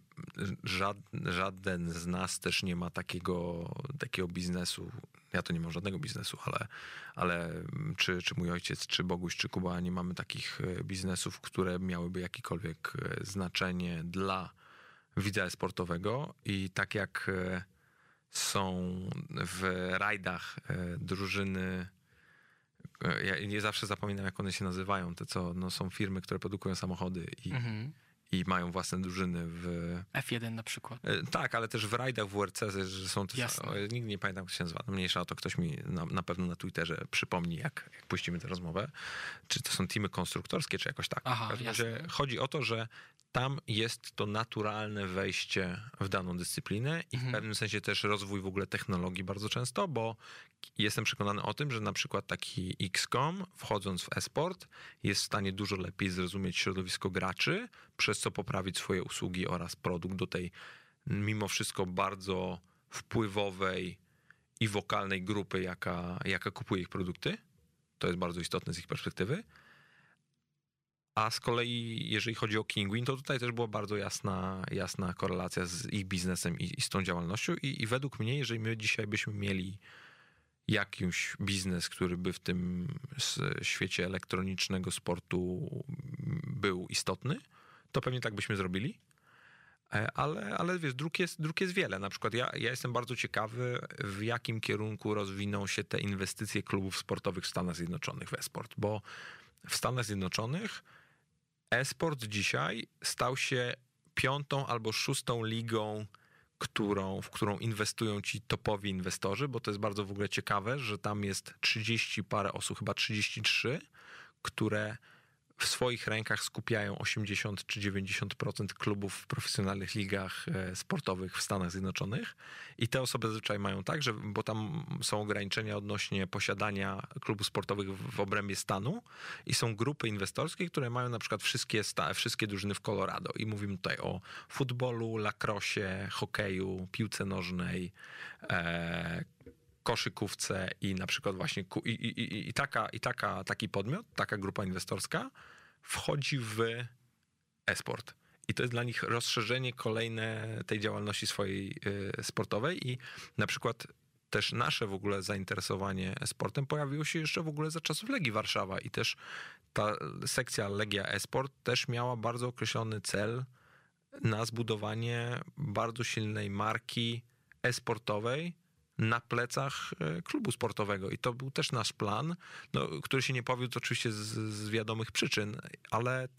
Żaden z nas też nie ma takiego biznesu. Ja to nie mam żadnego biznesu, ale czy mój ojciec, czy Boguś, czy Kuba, nie mamy takich biznesów, które miałyby jakiekolwiek znaczenie dla widza sportowego i tak jak są w rajdach drużyny, ja nie zawsze zapominam, jak one się nazywają, te co są firmy, które produkują samochody i mają własne drużyny w... F1 na przykład. Tak, ale też w rajdach WRC, że są te... Nigdy nie pamiętam, jak to się nazywa. No mniejsza o to, ktoś mi na pewno na Twitterze przypomni, jak puścimy tę rozmowę. Czy to są teamy konstruktorskie, czy jakoś tak. Aha, w każdym razie chodzi o to, że tam jest to naturalne wejście w daną dyscyplinę i w pewnym sensie też rozwój w ogóle technologii bardzo często, bo jestem przekonany o tym, że na przykład taki XCOM, wchodząc w e-sport, jest w stanie dużo lepiej zrozumieć środowisko graczy, przez co poprawić swoje usługi oraz produkt do tej mimo wszystko bardzo wpływowej i wokalnej grupy, jaka kupuje ich produkty. To jest bardzo istotne z ich perspektywy. A z kolei, jeżeli chodzi o Kinguin, to tutaj też była bardzo jasna korelacja z ich biznesem i z tą działalnością. I według mnie, jeżeli my dzisiaj byśmy mieli jakiś biznes, który by w tym świecie elektronicznego sportu był istotny, to pewnie tak byśmy zrobili. Ale wiesz, dróg jest wiele. Na przykład ja jestem bardzo ciekawy, w jakim kierunku rozwiną się te inwestycje klubów sportowych w Stanach Zjednoczonych w e-sport, bo w Stanach Zjednoczonych e-sport dzisiaj stał się 5. albo 6. ligą, w którą inwestują ci topowi inwestorzy, bo to jest bardzo w ogóle ciekawe, że tam jest 30 parę osób, chyba 33, które w swoich rękach skupiają 80 czy 90% klubów w profesjonalnych ligach sportowych w Stanach Zjednoczonych i te osoby zazwyczaj mają tak, bo tam są ograniczenia odnośnie posiadania klubów sportowych w obrębie stanu i są grupy inwestorskie, które mają na przykład wszystkie drużyny w Colorado i mówimy tutaj o futbolu, lacrosie, hokeju, piłce nożnej, koszykówce i na przykład właśnie taki podmiot, taka grupa inwestorska wchodzi w e-sport. I to jest dla nich rozszerzenie kolejne tej działalności swojej sportowej i na przykład też nasze w ogóle zainteresowanie sportem pojawiło się jeszcze w ogóle za czasów Legii Warszawa i też ta sekcja Legia e-sport też miała bardzo określony cel na zbudowanie bardzo silnej marki e-sportowej na plecach klubu sportowego. I to był też nasz plan, który się nie powiódł oczywiście z wiadomych przyczyn, ale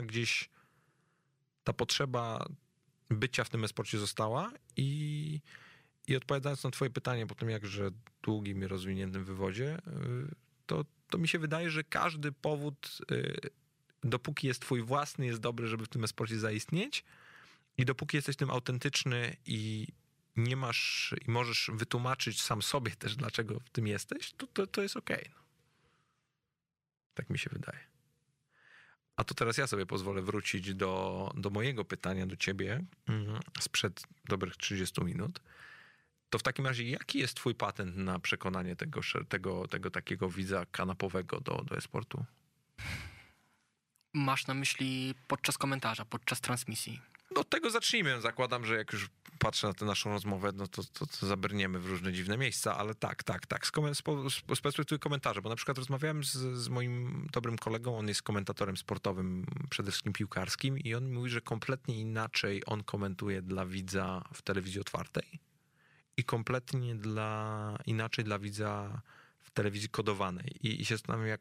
ta potrzeba bycia w tym e-sporcie została i odpowiadając na twoje pytanie po tym jakże długim i rozwiniętym wywodzie, to mi się wydaje, że każdy powód, dopóki jest twój własny, jest dobry, żeby w tym e-sporcie zaistnieć i dopóki jesteś tym autentyczny i nie masz i możesz wytłumaczyć sam sobie też, dlaczego w tym jesteś, to jest okej. Tak mi się wydaje. A to teraz ja sobie pozwolę wrócić do mojego pytania do ciebie sprzed dobrych 30 minut. To w takim razie jaki jest twój patent na przekonanie tego takiego widza kanapowego do e-sportu? Masz na myśli podczas komentarza, podczas transmisji? Od tego zacznijmy. Zakładam, że jak już patrzę na tę naszą rozmowę, to zabrniemy w różne dziwne miejsca, ale tak. Z perspektywy komentarza, bo na przykład rozmawiałem z moim dobrym kolegą, on jest komentatorem sportowym, przede wszystkim piłkarskim i on mi mówi, że kompletnie inaczej on komentuje dla widza w telewizji otwartej i kompletnie inaczej dla widza w telewizji kodowanej. I się zastanawiam,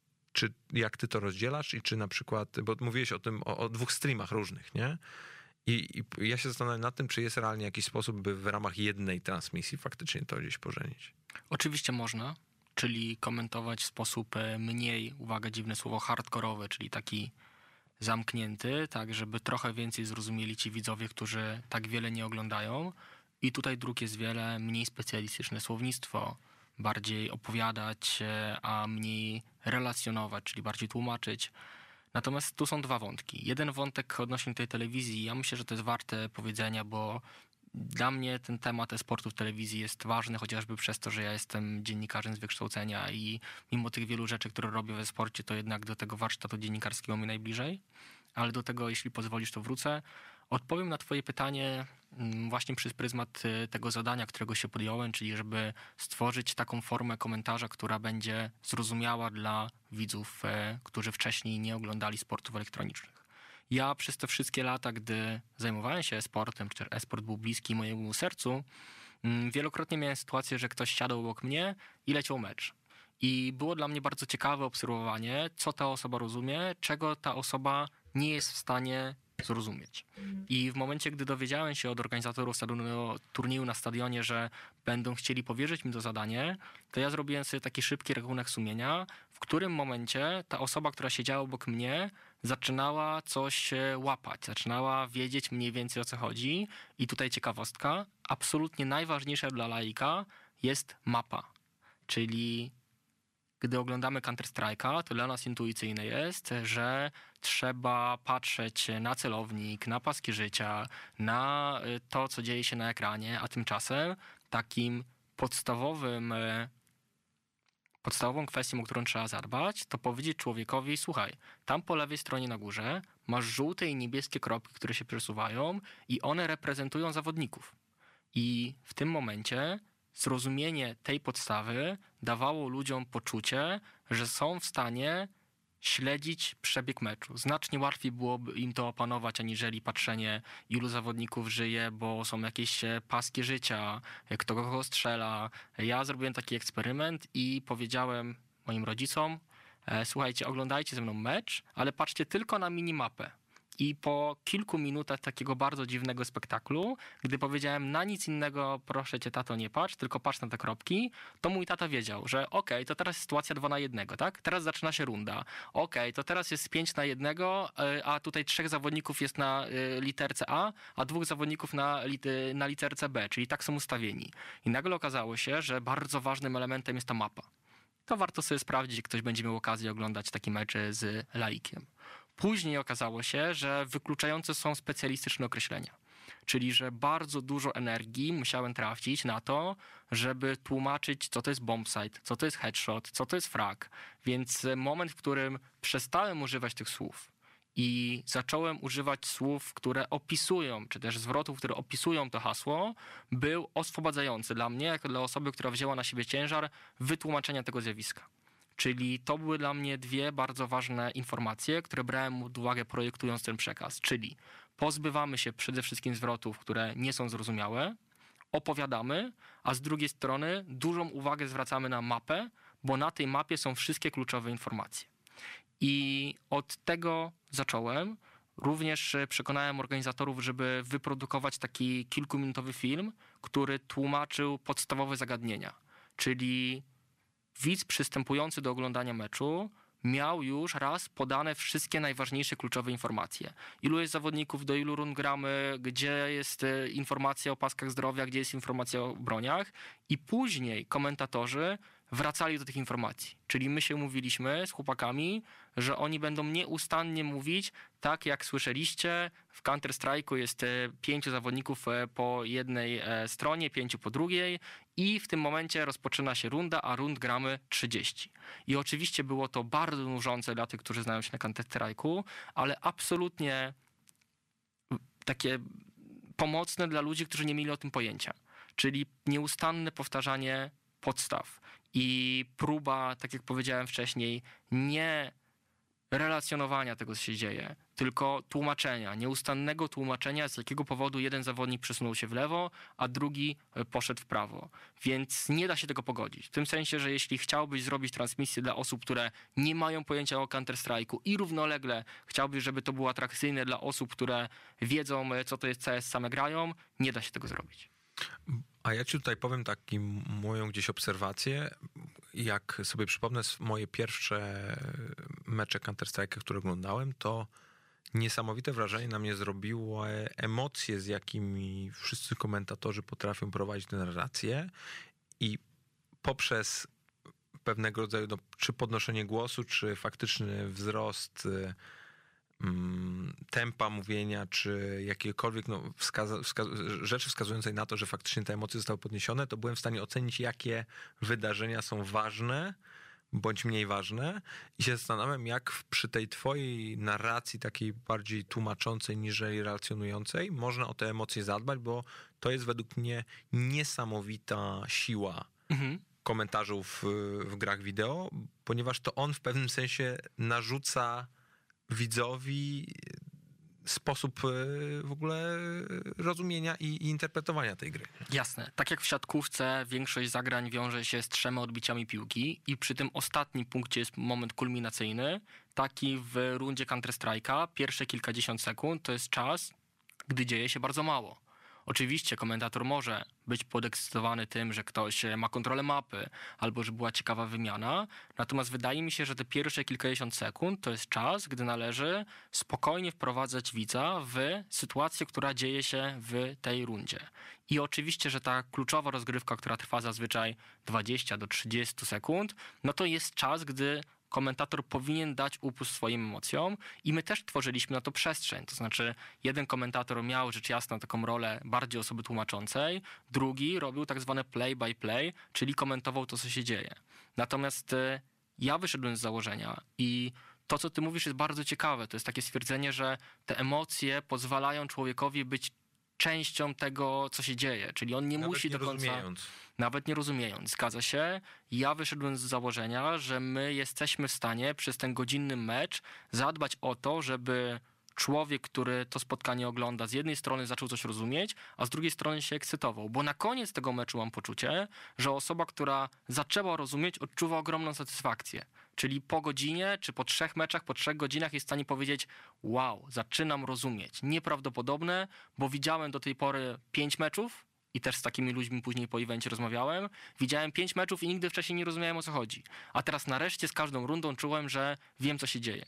jak ty to rozdzielasz i czy na przykład, bo mówiłeś o tym, o dwóch streamach różnych, nie? I ja się zastanawiam nad tym, czy jest realnie jakiś sposób, by w ramach jednej transmisji faktycznie to gdzieś pożenić. Oczywiście można, czyli komentować w sposób mniej, uwaga, dziwne słowo, hardkorowy, czyli taki zamknięty, tak żeby trochę więcej zrozumieli ci widzowie, którzy tak wiele nie oglądają. I tutaj dróg jest wiele, mniej specjalistyczne słownictwo, bardziej opowiadać, a mniej relacjonować, czyli bardziej tłumaczyć. Natomiast tu są dwa wątki. Jeden wątek odnośnie tej telewizji, ja myślę, że to jest warte powiedzenia, bo dla mnie ten temat e-sportu w telewizji jest ważny, chociażby przez to, że ja jestem dziennikarzem z wykształcenia i mimo tych wielu rzeczy, które robię w e-sporcie, to jednak do tego warsztatu dziennikarskiego mi najbliżej. Ale do tego, jeśli pozwolisz, to wrócę. Odpowiem na twoje pytanie właśnie przez pryzmat tego zadania, którego się podjąłem, czyli żeby stworzyć taką formę komentarza, która będzie zrozumiała dla widzów, którzy wcześniej nie oglądali sportów elektronicznych. Ja przez te wszystkie lata, gdy zajmowałem się e-sportem, czy e-sport był bliski mojemu sercu, wielokrotnie miałem sytuację, że ktoś siadał obok mnie i leciał mecz. I było dla mnie bardzo ciekawe obserwowanie, co ta osoba rozumie, czego ta osoba nie jest w stanie zrozumieć. I w momencie, gdy dowiedziałem się od organizatorów turnieju na stadionie, że będą chcieli powierzyć mi to zadanie, to ja zrobiłem sobie taki szybki rachunek sumienia, w którym momencie ta osoba, która siedziała obok mnie, zaczynała coś łapać, zaczynała wiedzieć mniej więcej, o co chodzi. I tutaj ciekawostka, absolutnie najważniejsza dla laika jest mapa, czyli gdy oglądamy Counter-Strike'a, to dla nas intuicyjne jest, że trzeba patrzeć na celownik, na paski życia, na to, co dzieje się na ekranie, a tymczasem takim podstawową kwestią, o którą trzeba zadbać, to powiedzieć człowiekowi, słuchaj, tam po lewej stronie na górze masz żółte i niebieskie kropki, które się przesuwają i one reprezentują zawodników. I w tym momencie zrozumienie tej podstawy dawało ludziom poczucie, że są w stanie śledzić przebieg meczu. Znacznie łatwiej byłoby im to opanować, aniżeli patrzenie, ilu zawodników żyje, bo są jakieś paski życia, kto kogo strzela. Ja zrobiłem taki eksperyment i powiedziałem moim rodzicom, słuchajcie, oglądajcie ze mną mecz, ale patrzcie tylko na minimapę. I po kilku minutach takiego bardzo dziwnego spektaklu, gdy powiedziałem na nic innego, proszę cię tato nie patrz, tylko patrz na te kropki, to mój tata wiedział, że okej, to teraz jest sytuacja 2-1, tak? Teraz zaczyna się runda. Okej, to teraz jest 5-1, a tutaj 3 zawodników jest na literce a 2 zawodników na literce B, czyli tak są ustawieni. I nagle okazało się, że bardzo ważnym elementem jest ta mapa. To warto sobie sprawdzić, jak ktoś będzie miał okazję oglądać taki mecz z laikiem. Później okazało się, że wykluczające są specjalistyczne określenia. Czyli, że bardzo dużo energii musiałem trafić na to, żeby tłumaczyć, co to jest bombsight, co to jest headshot, co to jest frag. Więc moment, w którym przestałem używać tych słów i zacząłem używać słów, które opisują, czy też zwrotów, które opisują to hasło, był oswobadzający dla mnie, jako dla osoby, która wzięła na siebie ciężar wytłumaczenia tego zjawiska. Czyli to były dla mnie dwie bardzo ważne informacje, które brałem pod uwagę projektując ten przekaz. Czyli pozbywamy się przede wszystkim zwrotów, które nie są zrozumiałe, opowiadamy, a z drugiej strony dużą uwagę zwracamy na mapę, bo na tej mapie są wszystkie kluczowe informacje. I od tego zacząłem. Również przekonałem organizatorów, żeby wyprodukować taki kilkuminutowy film, który tłumaczył podstawowe zagadnienia. Czyli widz przystępujący do oglądania meczu miał już raz podane wszystkie najważniejsze kluczowe informacje. Ilu jest zawodników, do ilu rund gramy, gdzie jest informacja o paskach zdrowia, gdzie jest informacja o broniach i później komentatorzy wracali do tych informacji. Czyli my się umówiliśmy z chłopakami, że oni będą nieustannie mówić, tak jak słyszeliście, w Counter-Strike'u jest 5 zawodników po jednej stronie, 5 po drugiej i w tym momencie rozpoczyna się runda, a rund gramy 30. I oczywiście było to bardzo nużące dla tych, którzy znają się na Counter-Strike'u, ale absolutnie takie pomocne dla ludzi, którzy nie mieli o tym pojęcia. Czyli nieustanne powtarzanie podstaw i próba, tak jak powiedziałem wcześniej, nie relacjonowania tego, co się dzieje, tylko tłumaczenia, nieustannego tłumaczenia, z jakiego powodu jeden zawodnik przesunął się w lewo, a drugi poszedł w prawo. Więc nie da się tego pogodzić. W tym sensie, że jeśli chciałbyś zrobić transmisję dla osób, które nie mają pojęcia o Counter-Strike'u i równolegle chciałbyś, żeby to było atrakcyjne dla osób, które wiedzą, co to jest CS, same grają, nie da się tego zrobić. A ja ci tutaj powiem taką moją gdzieś obserwację, jak sobie przypomnę moje pierwsze mecze Counter-Strike'a, które oglądałem, to niesamowite wrażenie na mnie zrobiły emocje, z jakimi wszyscy komentatorzy potrafią prowadzić tę narrację i poprzez pewnego rodzaju czy podnoszenie głosu, czy faktyczny wzrost tempa mówienia, czy jakiekolwiek rzeczy wskazującej na to, że faktycznie te emocje zostały podniesione, to byłem w stanie ocenić, jakie wydarzenia są ważne bądź mniej ważne i się zastanawiam, jak przy tej twojej narracji takiej bardziej tłumaczącej niż relacjonującej można o te emocje zadbać, bo to jest według mnie niesamowita siła komentarzów w grach wideo, ponieważ to on w pewnym sensie narzuca widzowi sposób w ogóle rozumienia i interpretowania tej gry. Jasne. Tak jak w siatkówce większość zagrań wiąże się z 3 odbiciami piłki i przy tym ostatnim punkcie jest moment kulminacyjny, taki w rundzie Counter-Strike'a pierwsze kilkadziesiąt sekund to jest czas, gdy dzieje się bardzo mało. Oczywiście komentator może być podekscytowany tym, że ktoś ma kontrolę mapy albo że była ciekawa wymiana, natomiast wydaje mi się, że te pierwsze kilkadziesiąt sekund to jest czas, gdy należy spokojnie wprowadzać widza w sytuację, która dzieje się w tej rundzie. I oczywiście, że ta kluczowa rozgrywka, która trwa zazwyczaj 20 do 30 sekund, no to jest czas, gdy komentator powinien dać upust swoim emocjom i my też tworzyliśmy na to przestrzeń. To znaczy jeden komentator miał rzecz jasna taką rolę bardziej osoby tłumaczącej, drugi robił tak zwane play by play, czyli komentował to, co się dzieje. Natomiast ja wyszedłem z założenia i to, co ty mówisz, jest bardzo ciekawe. To jest takie stwierdzenie, że te emocje pozwalają człowiekowi być częścią tego, co się dzieje. Czyli on nie musi do końca... Nawet nie rozumiejąc. Zgadza się. Ja wyszedłem z założenia, że my jesteśmy w stanie przez ten godzinny mecz zadbać o to, żeby człowiek, który to spotkanie ogląda, z jednej strony zaczął coś rozumieć, a z drugiej strony się ekscytował. Bo na koniec tego meczu mam poczucie, że osoba, która zaczęła rozumieć, odczuwa ogromną satysfakcję. Czyli po godzinie, czy po 3 meczach, po 3 godzinach jest w stanie powiedzieć: wow, zaczynam rozumieć. Nieprawdopodobne, bo widziałem do tej pory 5 meczów, i też z takimi ludźmi później po evencie rozmawiałem. Widziałem 5 meczów i nigdy wcześniej nie rozumiałem, o co chodzi. A teraz nareszcie z każdą rundą czułem, że wiem, co się dzieje.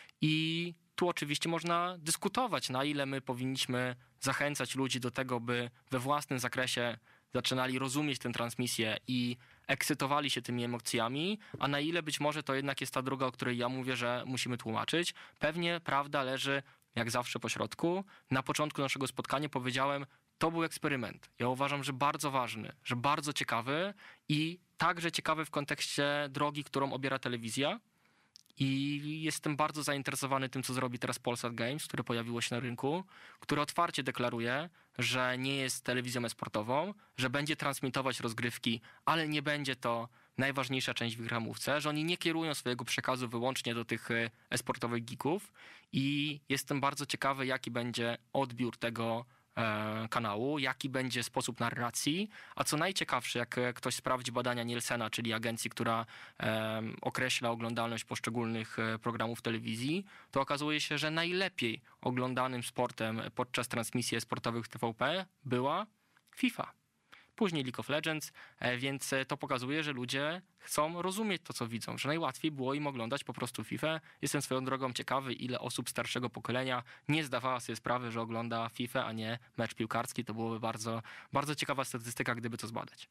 I tu oczywiście można dyskutować, na ile my powinniśmy zachęcać ludzi do tego, by we własnym zakresie zaczynali rozumieć tę transmisję i ekscytowali się tymi emocjami, a na ile być może to jednak jest ta droga, o której ja mówię, że musimy tłumaczyć. Pewnie prawda leży, jak zawsze, po środku. Na początku naszego spotkania powiedziałem, to był eksperyment. Ja uważam, że bardzo ważny, że bardzo ciekawy i także ciekawy w kontekście drogi, którą obiera telewizja. I jestem bardzo zainteresowany tym, co zrobi teraz Polsat Games, które pojawiło się na rynku, które otwarcie deklaruje, że nie jest telewizją e-sportową, że będzie transmitować rozgrywki, ale nie będzie to najważniejsza część w ich ramówce, że oni nie kierują swojego przekazu wyłącznie do tych e-sportowych geeków i jestem bardzo ciekawy, jaki będzie odbiór tego kanału, jaki będzie sposób narracji, a co najciekawsze, jak ktoś sprawdzi badania Nielsena, czyli agencji, która określa oglądalność poszczególnych programów telewizji, to okazuje się, że najlepiej oglądanym sportem podczas transmisji sportowych w TVP była FIFA. Później League of Legends, więc to pokazuje, że ludzie chcą rozumieć to, co widzą, że najłatwiej było im oglądać po prostu FIFA. Jestem swoją drogą ciekawy, ile osób starszego pokolenia nie zdawała sobie sprawy, że ogląda FIFA, a nie mecz piłkarski. To byłoby bardzo, bardzo ciekawa statystyka, gdyby to zbadać.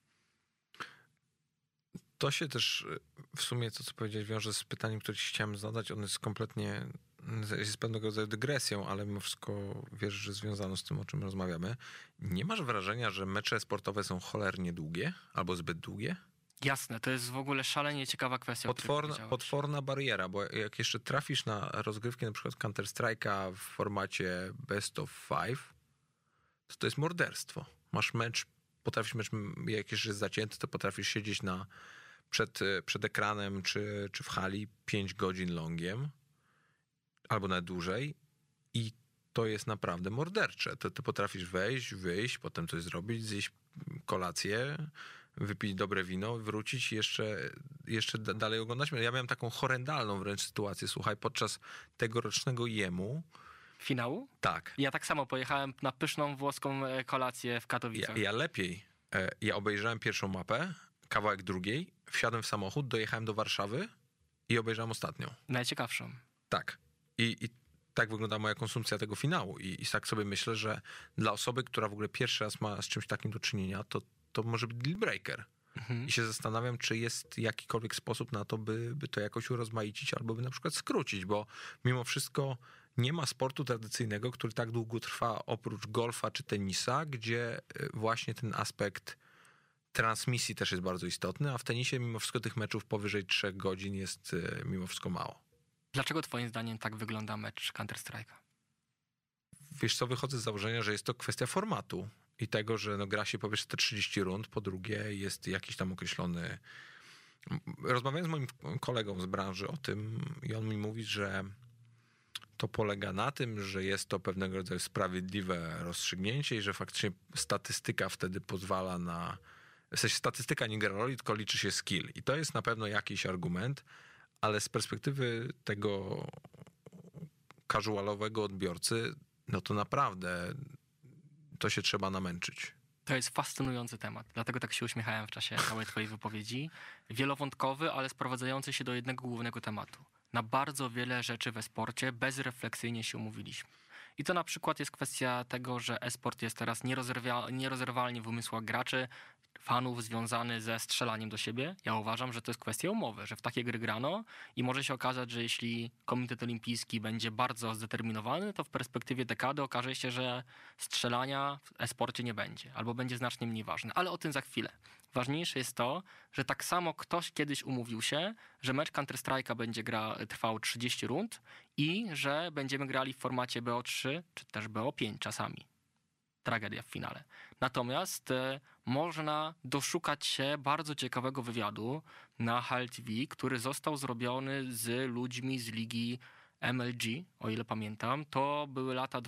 To się też w sumie, to co powiedziałeś, wiąże z pytaniem, które ci chciałem zadać. On jest kompletnie, jest pewnego rodzaju dygresją, ale mimo wszystko wiesz, że związano z tym, o czym rozmawiamy. Nie masz wrażenia, że mecze sportowe są cholernie długie albo zbyt długie? Jasne, to jest w ogóle szalenie ciekawa kwestia. Potworna bariera, bo jak jeszcze trafisz na rozgrywki na przykład Counter-Strike'a w formacie Best of Five, to jest morderstwo. Masz mecz, potrafisz mecz, jak jeszcze jest zacięty, to potrafisz siedzieć przed ekranem czy w hali 5 godzin longiem, albo nawet dłużej i to jest naprawdę mordercze. To ty potrafisz wejść, wyjść, potem coś zrobić, zjeść kolację, wypić dobre wino, wrócić i jeszcze dalej oglądać. Ja miałem taką horrendalną wręcz sytuację, słuchaj, podczas tegorocznego jemu. Finału? Tak. Ja tak samo pojechałem na pyszną włoską kolację w Katowicach. Ja lepiej. Ja obejrzałem pierwszą mapę, kawałek drugiej, wsiadłem w samochód, dojechałem do Warszawy i obejrzałem ostatnią. Najciekawszą. Tak. I tak wygląda moja konsumpcja tego finału. I tak sobie myślę, że dla osoby, która w ogóle pierwszy raz ma z czymś takim do czynienia, to może być deal breaker. I się zastanawiam, czy jest jakikolwiek sposób na to, by to jakoś urozmaicić albo by na przykład skrócić, bo mimo wszystko nie ma sportu tradycyjnego, który tak długo trwa oprócz golfa czy tenisa, gdzie właśnie ten aspekt transmisji też jest bardzo istotny, a w tenisie mimo wszystko tych meczów powyżej 3 godzin jest mimo wszystko mało. Dlaczego twoim zdaniem tak wygląda mecz Counter-Strike'a? Wiesz co, wychodzę z założenia, że jest to kwestia formatu i tego, że gra się po pierwsze te 30 rund, po drugie jest jakiś tam określony... Rozmawiałem z moim kolegą z branży o tym i on mi mówi, że to polega na tym, że jest to pewnego rodzaju sprawiedliwe rozstrzygnięcie i że faktycznie statystyka wtedy pozwala na... W sensie statystyka nie gra roli, tylko liczy się skill. I to jest na pewno jakiś argument, ale z perspektywy tego casualowego odbiorcy, no to naprawdę to się trzeba namęczyć. To jest fascynujący temat, dlatego tak się uśmiechałem w czasie całej twojej wypowiedzi. Wielowątkowy, ale sprowadzający się do jednego głównego tematu. Na bardzo wiele rzeczy we sporcie bezrefleksyjnie się umówiliśmy. I to na przykład jest kwestia tego, że e-sport jest teraz nierozerwalnie w umysłach graczy, fanów związany ze strzelaniem do siebie. Ja uważam, że to jest kwestia umowy, że w takie gry grano i może się okazać, że jeśli Komitet Olimpijski będzie bardzo zdeterminowany, to w perspektywie dekady okaże się, że strzelania w e-sporcie nie będzie, albo będzie znacznie mniej ważne. Ale o tym za chwilę. Ważniejsze jest to, że tak samo ktoś kiedyś umówił się, że mecz Counter-Strike'a będzie trwał 30 rund i że będziemy grali w formacie BO3 czy też BO5 czasami. Tragedia w finale. Natomiast można doszukać się bardzo ciekawego wywiadu na HL TV, który został zrobiony z ludźmi z ligi MLG, o ile pamiętam. To były lata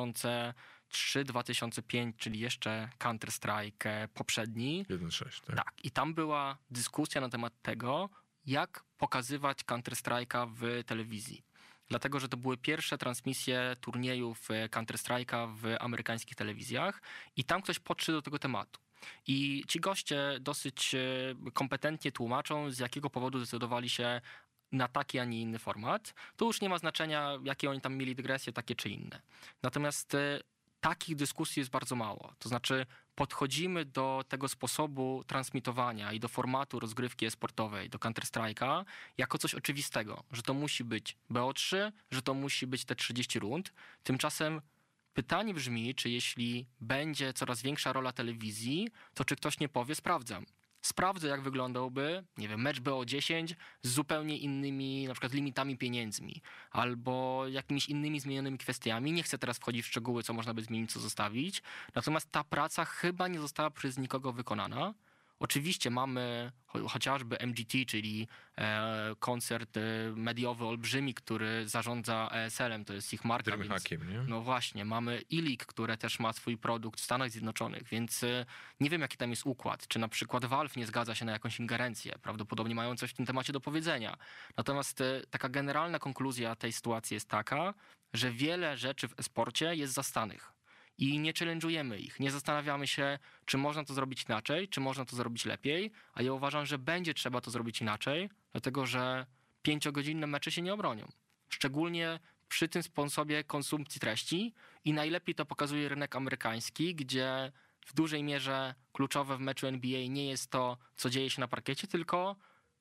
2003-2005, czyli jeszcze Counter-Strike poprzedni. 1.6, tak? Tak. I tam była dyskusja na temat tego, jak pokazywać Counter-Strike'a w telewizji. Dlatego, że to były pierwsze transmisje turniejów Counter-Strike'a w amerykańskich telewizjach i tam ktoś podszedł do tego tematu. I ci goście dosyć kompetentnie tłumaczą, z jakiego powodu zdecydowali się na taki, a nie inny format. To już nie ma znaczenia, jakie oni tam mieli dygresje, takie czy inne. Natomiast takich dyskusji jest bardzo mało. To znaczy podchodzimy do tego sposobu transmitowania i do formatu rozgrywki e-sportowej, do Counter-Strike'a jako coś oczywistego, że to musi być BO3, że to musi być te 30 rund. Tymczasem pytanie brzmi, czy jeśli będzie coraz większa rola telewizji, to czy ktoś nie powie, sprawdzam. Sprawdzę, jak wyglądałby, nie wiem, mecz BO10 z zupełnie innymi, na przykład limitami pieniędzmi, albo jakimiś innymi zmienionymi kwestiami. Nie chcę teraz wchodzić w szczegóły, co można by zmienić, co zostawić. Natomiast ta praca chyba nie została przez nikogo wykonana. Oczywiście mamy chociażby MGT, czyli koncert mediowy olbrzymi, który zarządza ESL-em, to jest ich marka. Dreamhackiem, nie? No właśnie, mamy E-League, które też ma swój produkt w Stanach Zjednoczonych, więc nie wiem, jaki tam jest układ. Czy na przykład Valve nie zgadza się na jakąś ingerencję. Prawdopodobnie mają coś w tym temacie do powiedzenia. Natomiast taka generalna konkluzja tej sytuacji jest taka, że wiele rzeczy w e-sporcie jest zastanych. I nie challenge'ujemy ich, nie zastanawiamy się, czy można to zrobić inaczej, czy można to zrobić lepiej, a ja uważam, że będzie trzeba to zrobić inaczej, dlatego że 5-godzinne mecze się nie obronią. Szczególnie przy tym sposobie konsumpcji treści i najlepiej to pokazuje rynek amerykański, gdzie w dużej mierze kluczowe w meczu NBA nie jest to, co dzieje się na parkiecie, tylko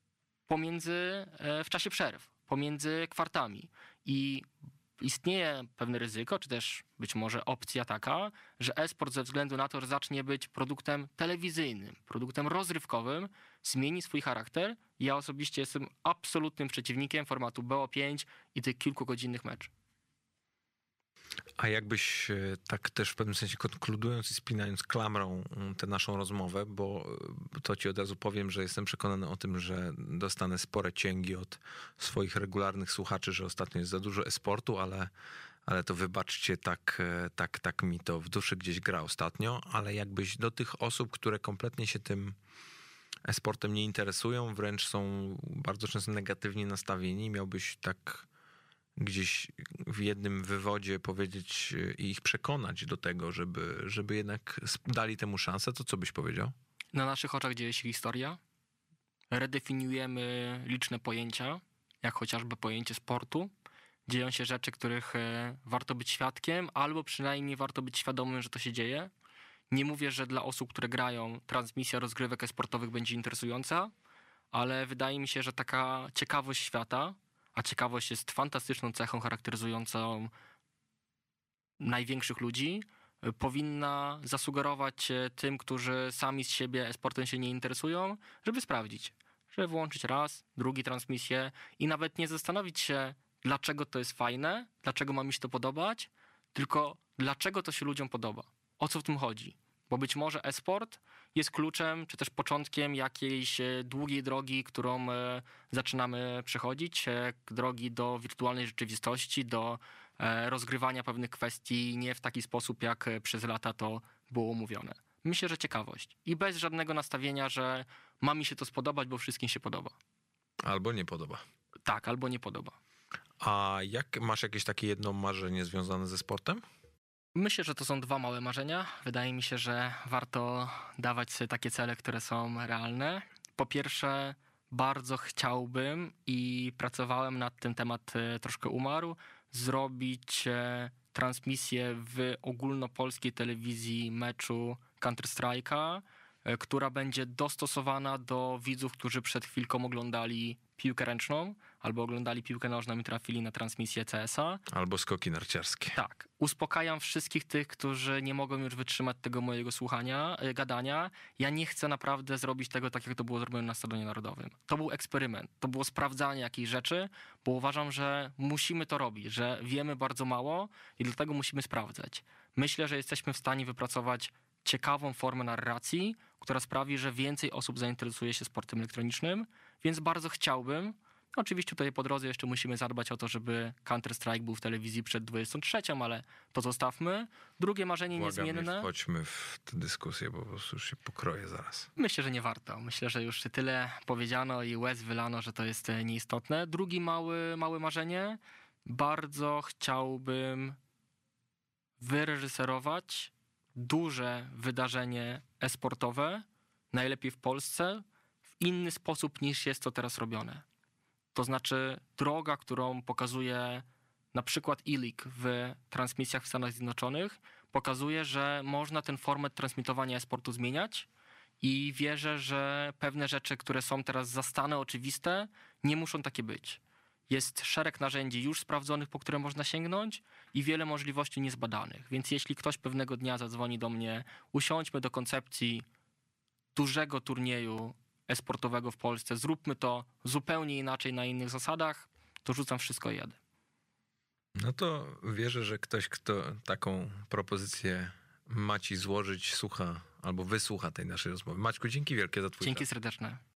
w czasie przerw, pomiędzy kwartami. I istnieje pewne ryzyko, czy też być może opcja taka, że e-sport ze względu na to, że zacznie być produktem telewizyjnym, produktem rozrywkowym, zmieni swój charakter. Ja osobiście jestem absolutnym przeciwnikiem formatu BO5 i tych kilkugodzinnych meczów. A jakbyś tak też w pewnym sensie konkludując i spinając klamrą tę naszą rozmowę, bo to ci od razu powiem, że jestem przekonany o tym, że dostanę spore cięgi od swoich regularnych słuchaczy, że ostatnio jest za dużo e-sportu, ale to wybaczcie, tak mi to w duszy gdzieś gra ostatnio, ale jakbyś do tych osób, które kompletnie się tym e-sportem nie interesują, wręcz są bardzo często negatywnie nastawieni, miałbyś tak gdzieś w jednym wywodzie powiedzieć i ich przekonać do tego, żeby jednak dali temu szansę, to co byś powiedział? Na naszych oczach dzieje się historia. Redefiniujemy liczne pojęcia, jak chociażby pojęcie sportu. Dzieją się rzeczy, których warto być świadkiem, albo przynajmniej warto być świadomym, że to się dzieje. Nie mówię, że dla osób, które grają, transmisja rozgrywek e-sportowych będzie interesująca, ale wydaje mi się, że taka ciekawość świata, a ciekawość jest fantastyczną cechą charakteryzującą największych ludzi, powinna zasugerować tym, którzy sami z siebie e-sportem się nie interesują, żeby sprawdzić, żeby włączyć raz, drugi transmisję i nawet nie zastanowić się, dlaczego to jest fajne, dlaczego ma mi się to podobać, tylko dlaczego to się ludziom podoba. O co w tym chodzi? Bo być może e-sport jest kluczem, czy też początkiem jakiejś długiej drogi, którą zaczynamy przechodzić, drogi do wirtualnej rzeczywistości, do rozgrywania pewnych kwestii nie w taki sposób, jak przez lata to było mówione. Myślę, że ciekawość i bez żadnego nastawienia, że ma mi się to spodobać, bo wszystkim się podoba. Albo nie podoba. Tak, albo nie podoba. A masz jakieś takie jedno marzenie związane ze sportem? Myślę, że to są dwa małe marzenia. Wydaje mi się, że warto dawać sobie takie cele, które są realne. Po pierwsze, bardzo chciałbym i pracowałem nad tym, temat troszkę umarł, zrobić transmisję w ogólnopolskiej telewizji meczu Counter-Strike'a, która będzie dostosowana do widzów, którzy przed chwilką oglądali piłkę ręczną albo oglądali piłkę nożną i trafili na transmisję CS-a. Albo skoki narciarskie. Tak. Uspokajam wszystkich tych, którzy nie mogą już wytrzymać tego mojego gadania. Ja nie chcę naprawdę zrobić tego tak, jak to było zrobione na Stadionie Narodowym. To był eksperyment. To było sprawdzanie jakiejś rzeczy, bo uważam, że musimy to robić, że wiemy bardzo mało i dlatego musimy sprawdzać. Myślę, że jesteśmy w stanie wypracować ciekawą formę narracji, która sprawi, że więcej osób zainteresuje się sportem elektronicznym, więc bardzo chciałbym. Oczywiście tutaj po drodze jeszcze musimy zadbać o to, żeby Counter-Strike był w telewizji przed 23, ale to zostawmy. Drugie marzenie niezmienne. Nie wchodźmy w tę dyskusję, bo po prostu już się pokroję zaraz. Myślę, że nie warto. Myślę, że już tyle powiedziano i łez wylano, że to jest nieistotne. Drugie małe marzenie. Bardzo chciałbym wyreżyserować duże wydarzenie e-sportowe, najlepiej w Polsce, w inny sposób niż jest to teraz robione. To znaczy droga, którą pokazuje na przykład E-League w transmisjach w Stanach Zjednoczonych, pokazuje, że można ten format transmitowania e-sportu zmieniać i wierzę, że pewne rzeczy, które są teraz zastane, oczywiste, nie muszą takie być. Jest szereg narzędzi już sprawdzonych, po które można sięgnąć i wiele możliwości niezbadanych. Więc jeśli ktoś pewnego dnia zadzwoni do mnie, usiądźmy do koncepcji dużego turnieju e-sportowego w Polsce, zróbmy to zupełnie inaczej, na innych zasadach, to rzucam wszystko i jadę. No to wierzę, że ktoś, kto taką propozycję ma ci złożyć, słucha albo wysłucha tej naszej rozmowy. Maćku, dzięki wielkie za twój czas. Dzięki serdeczne.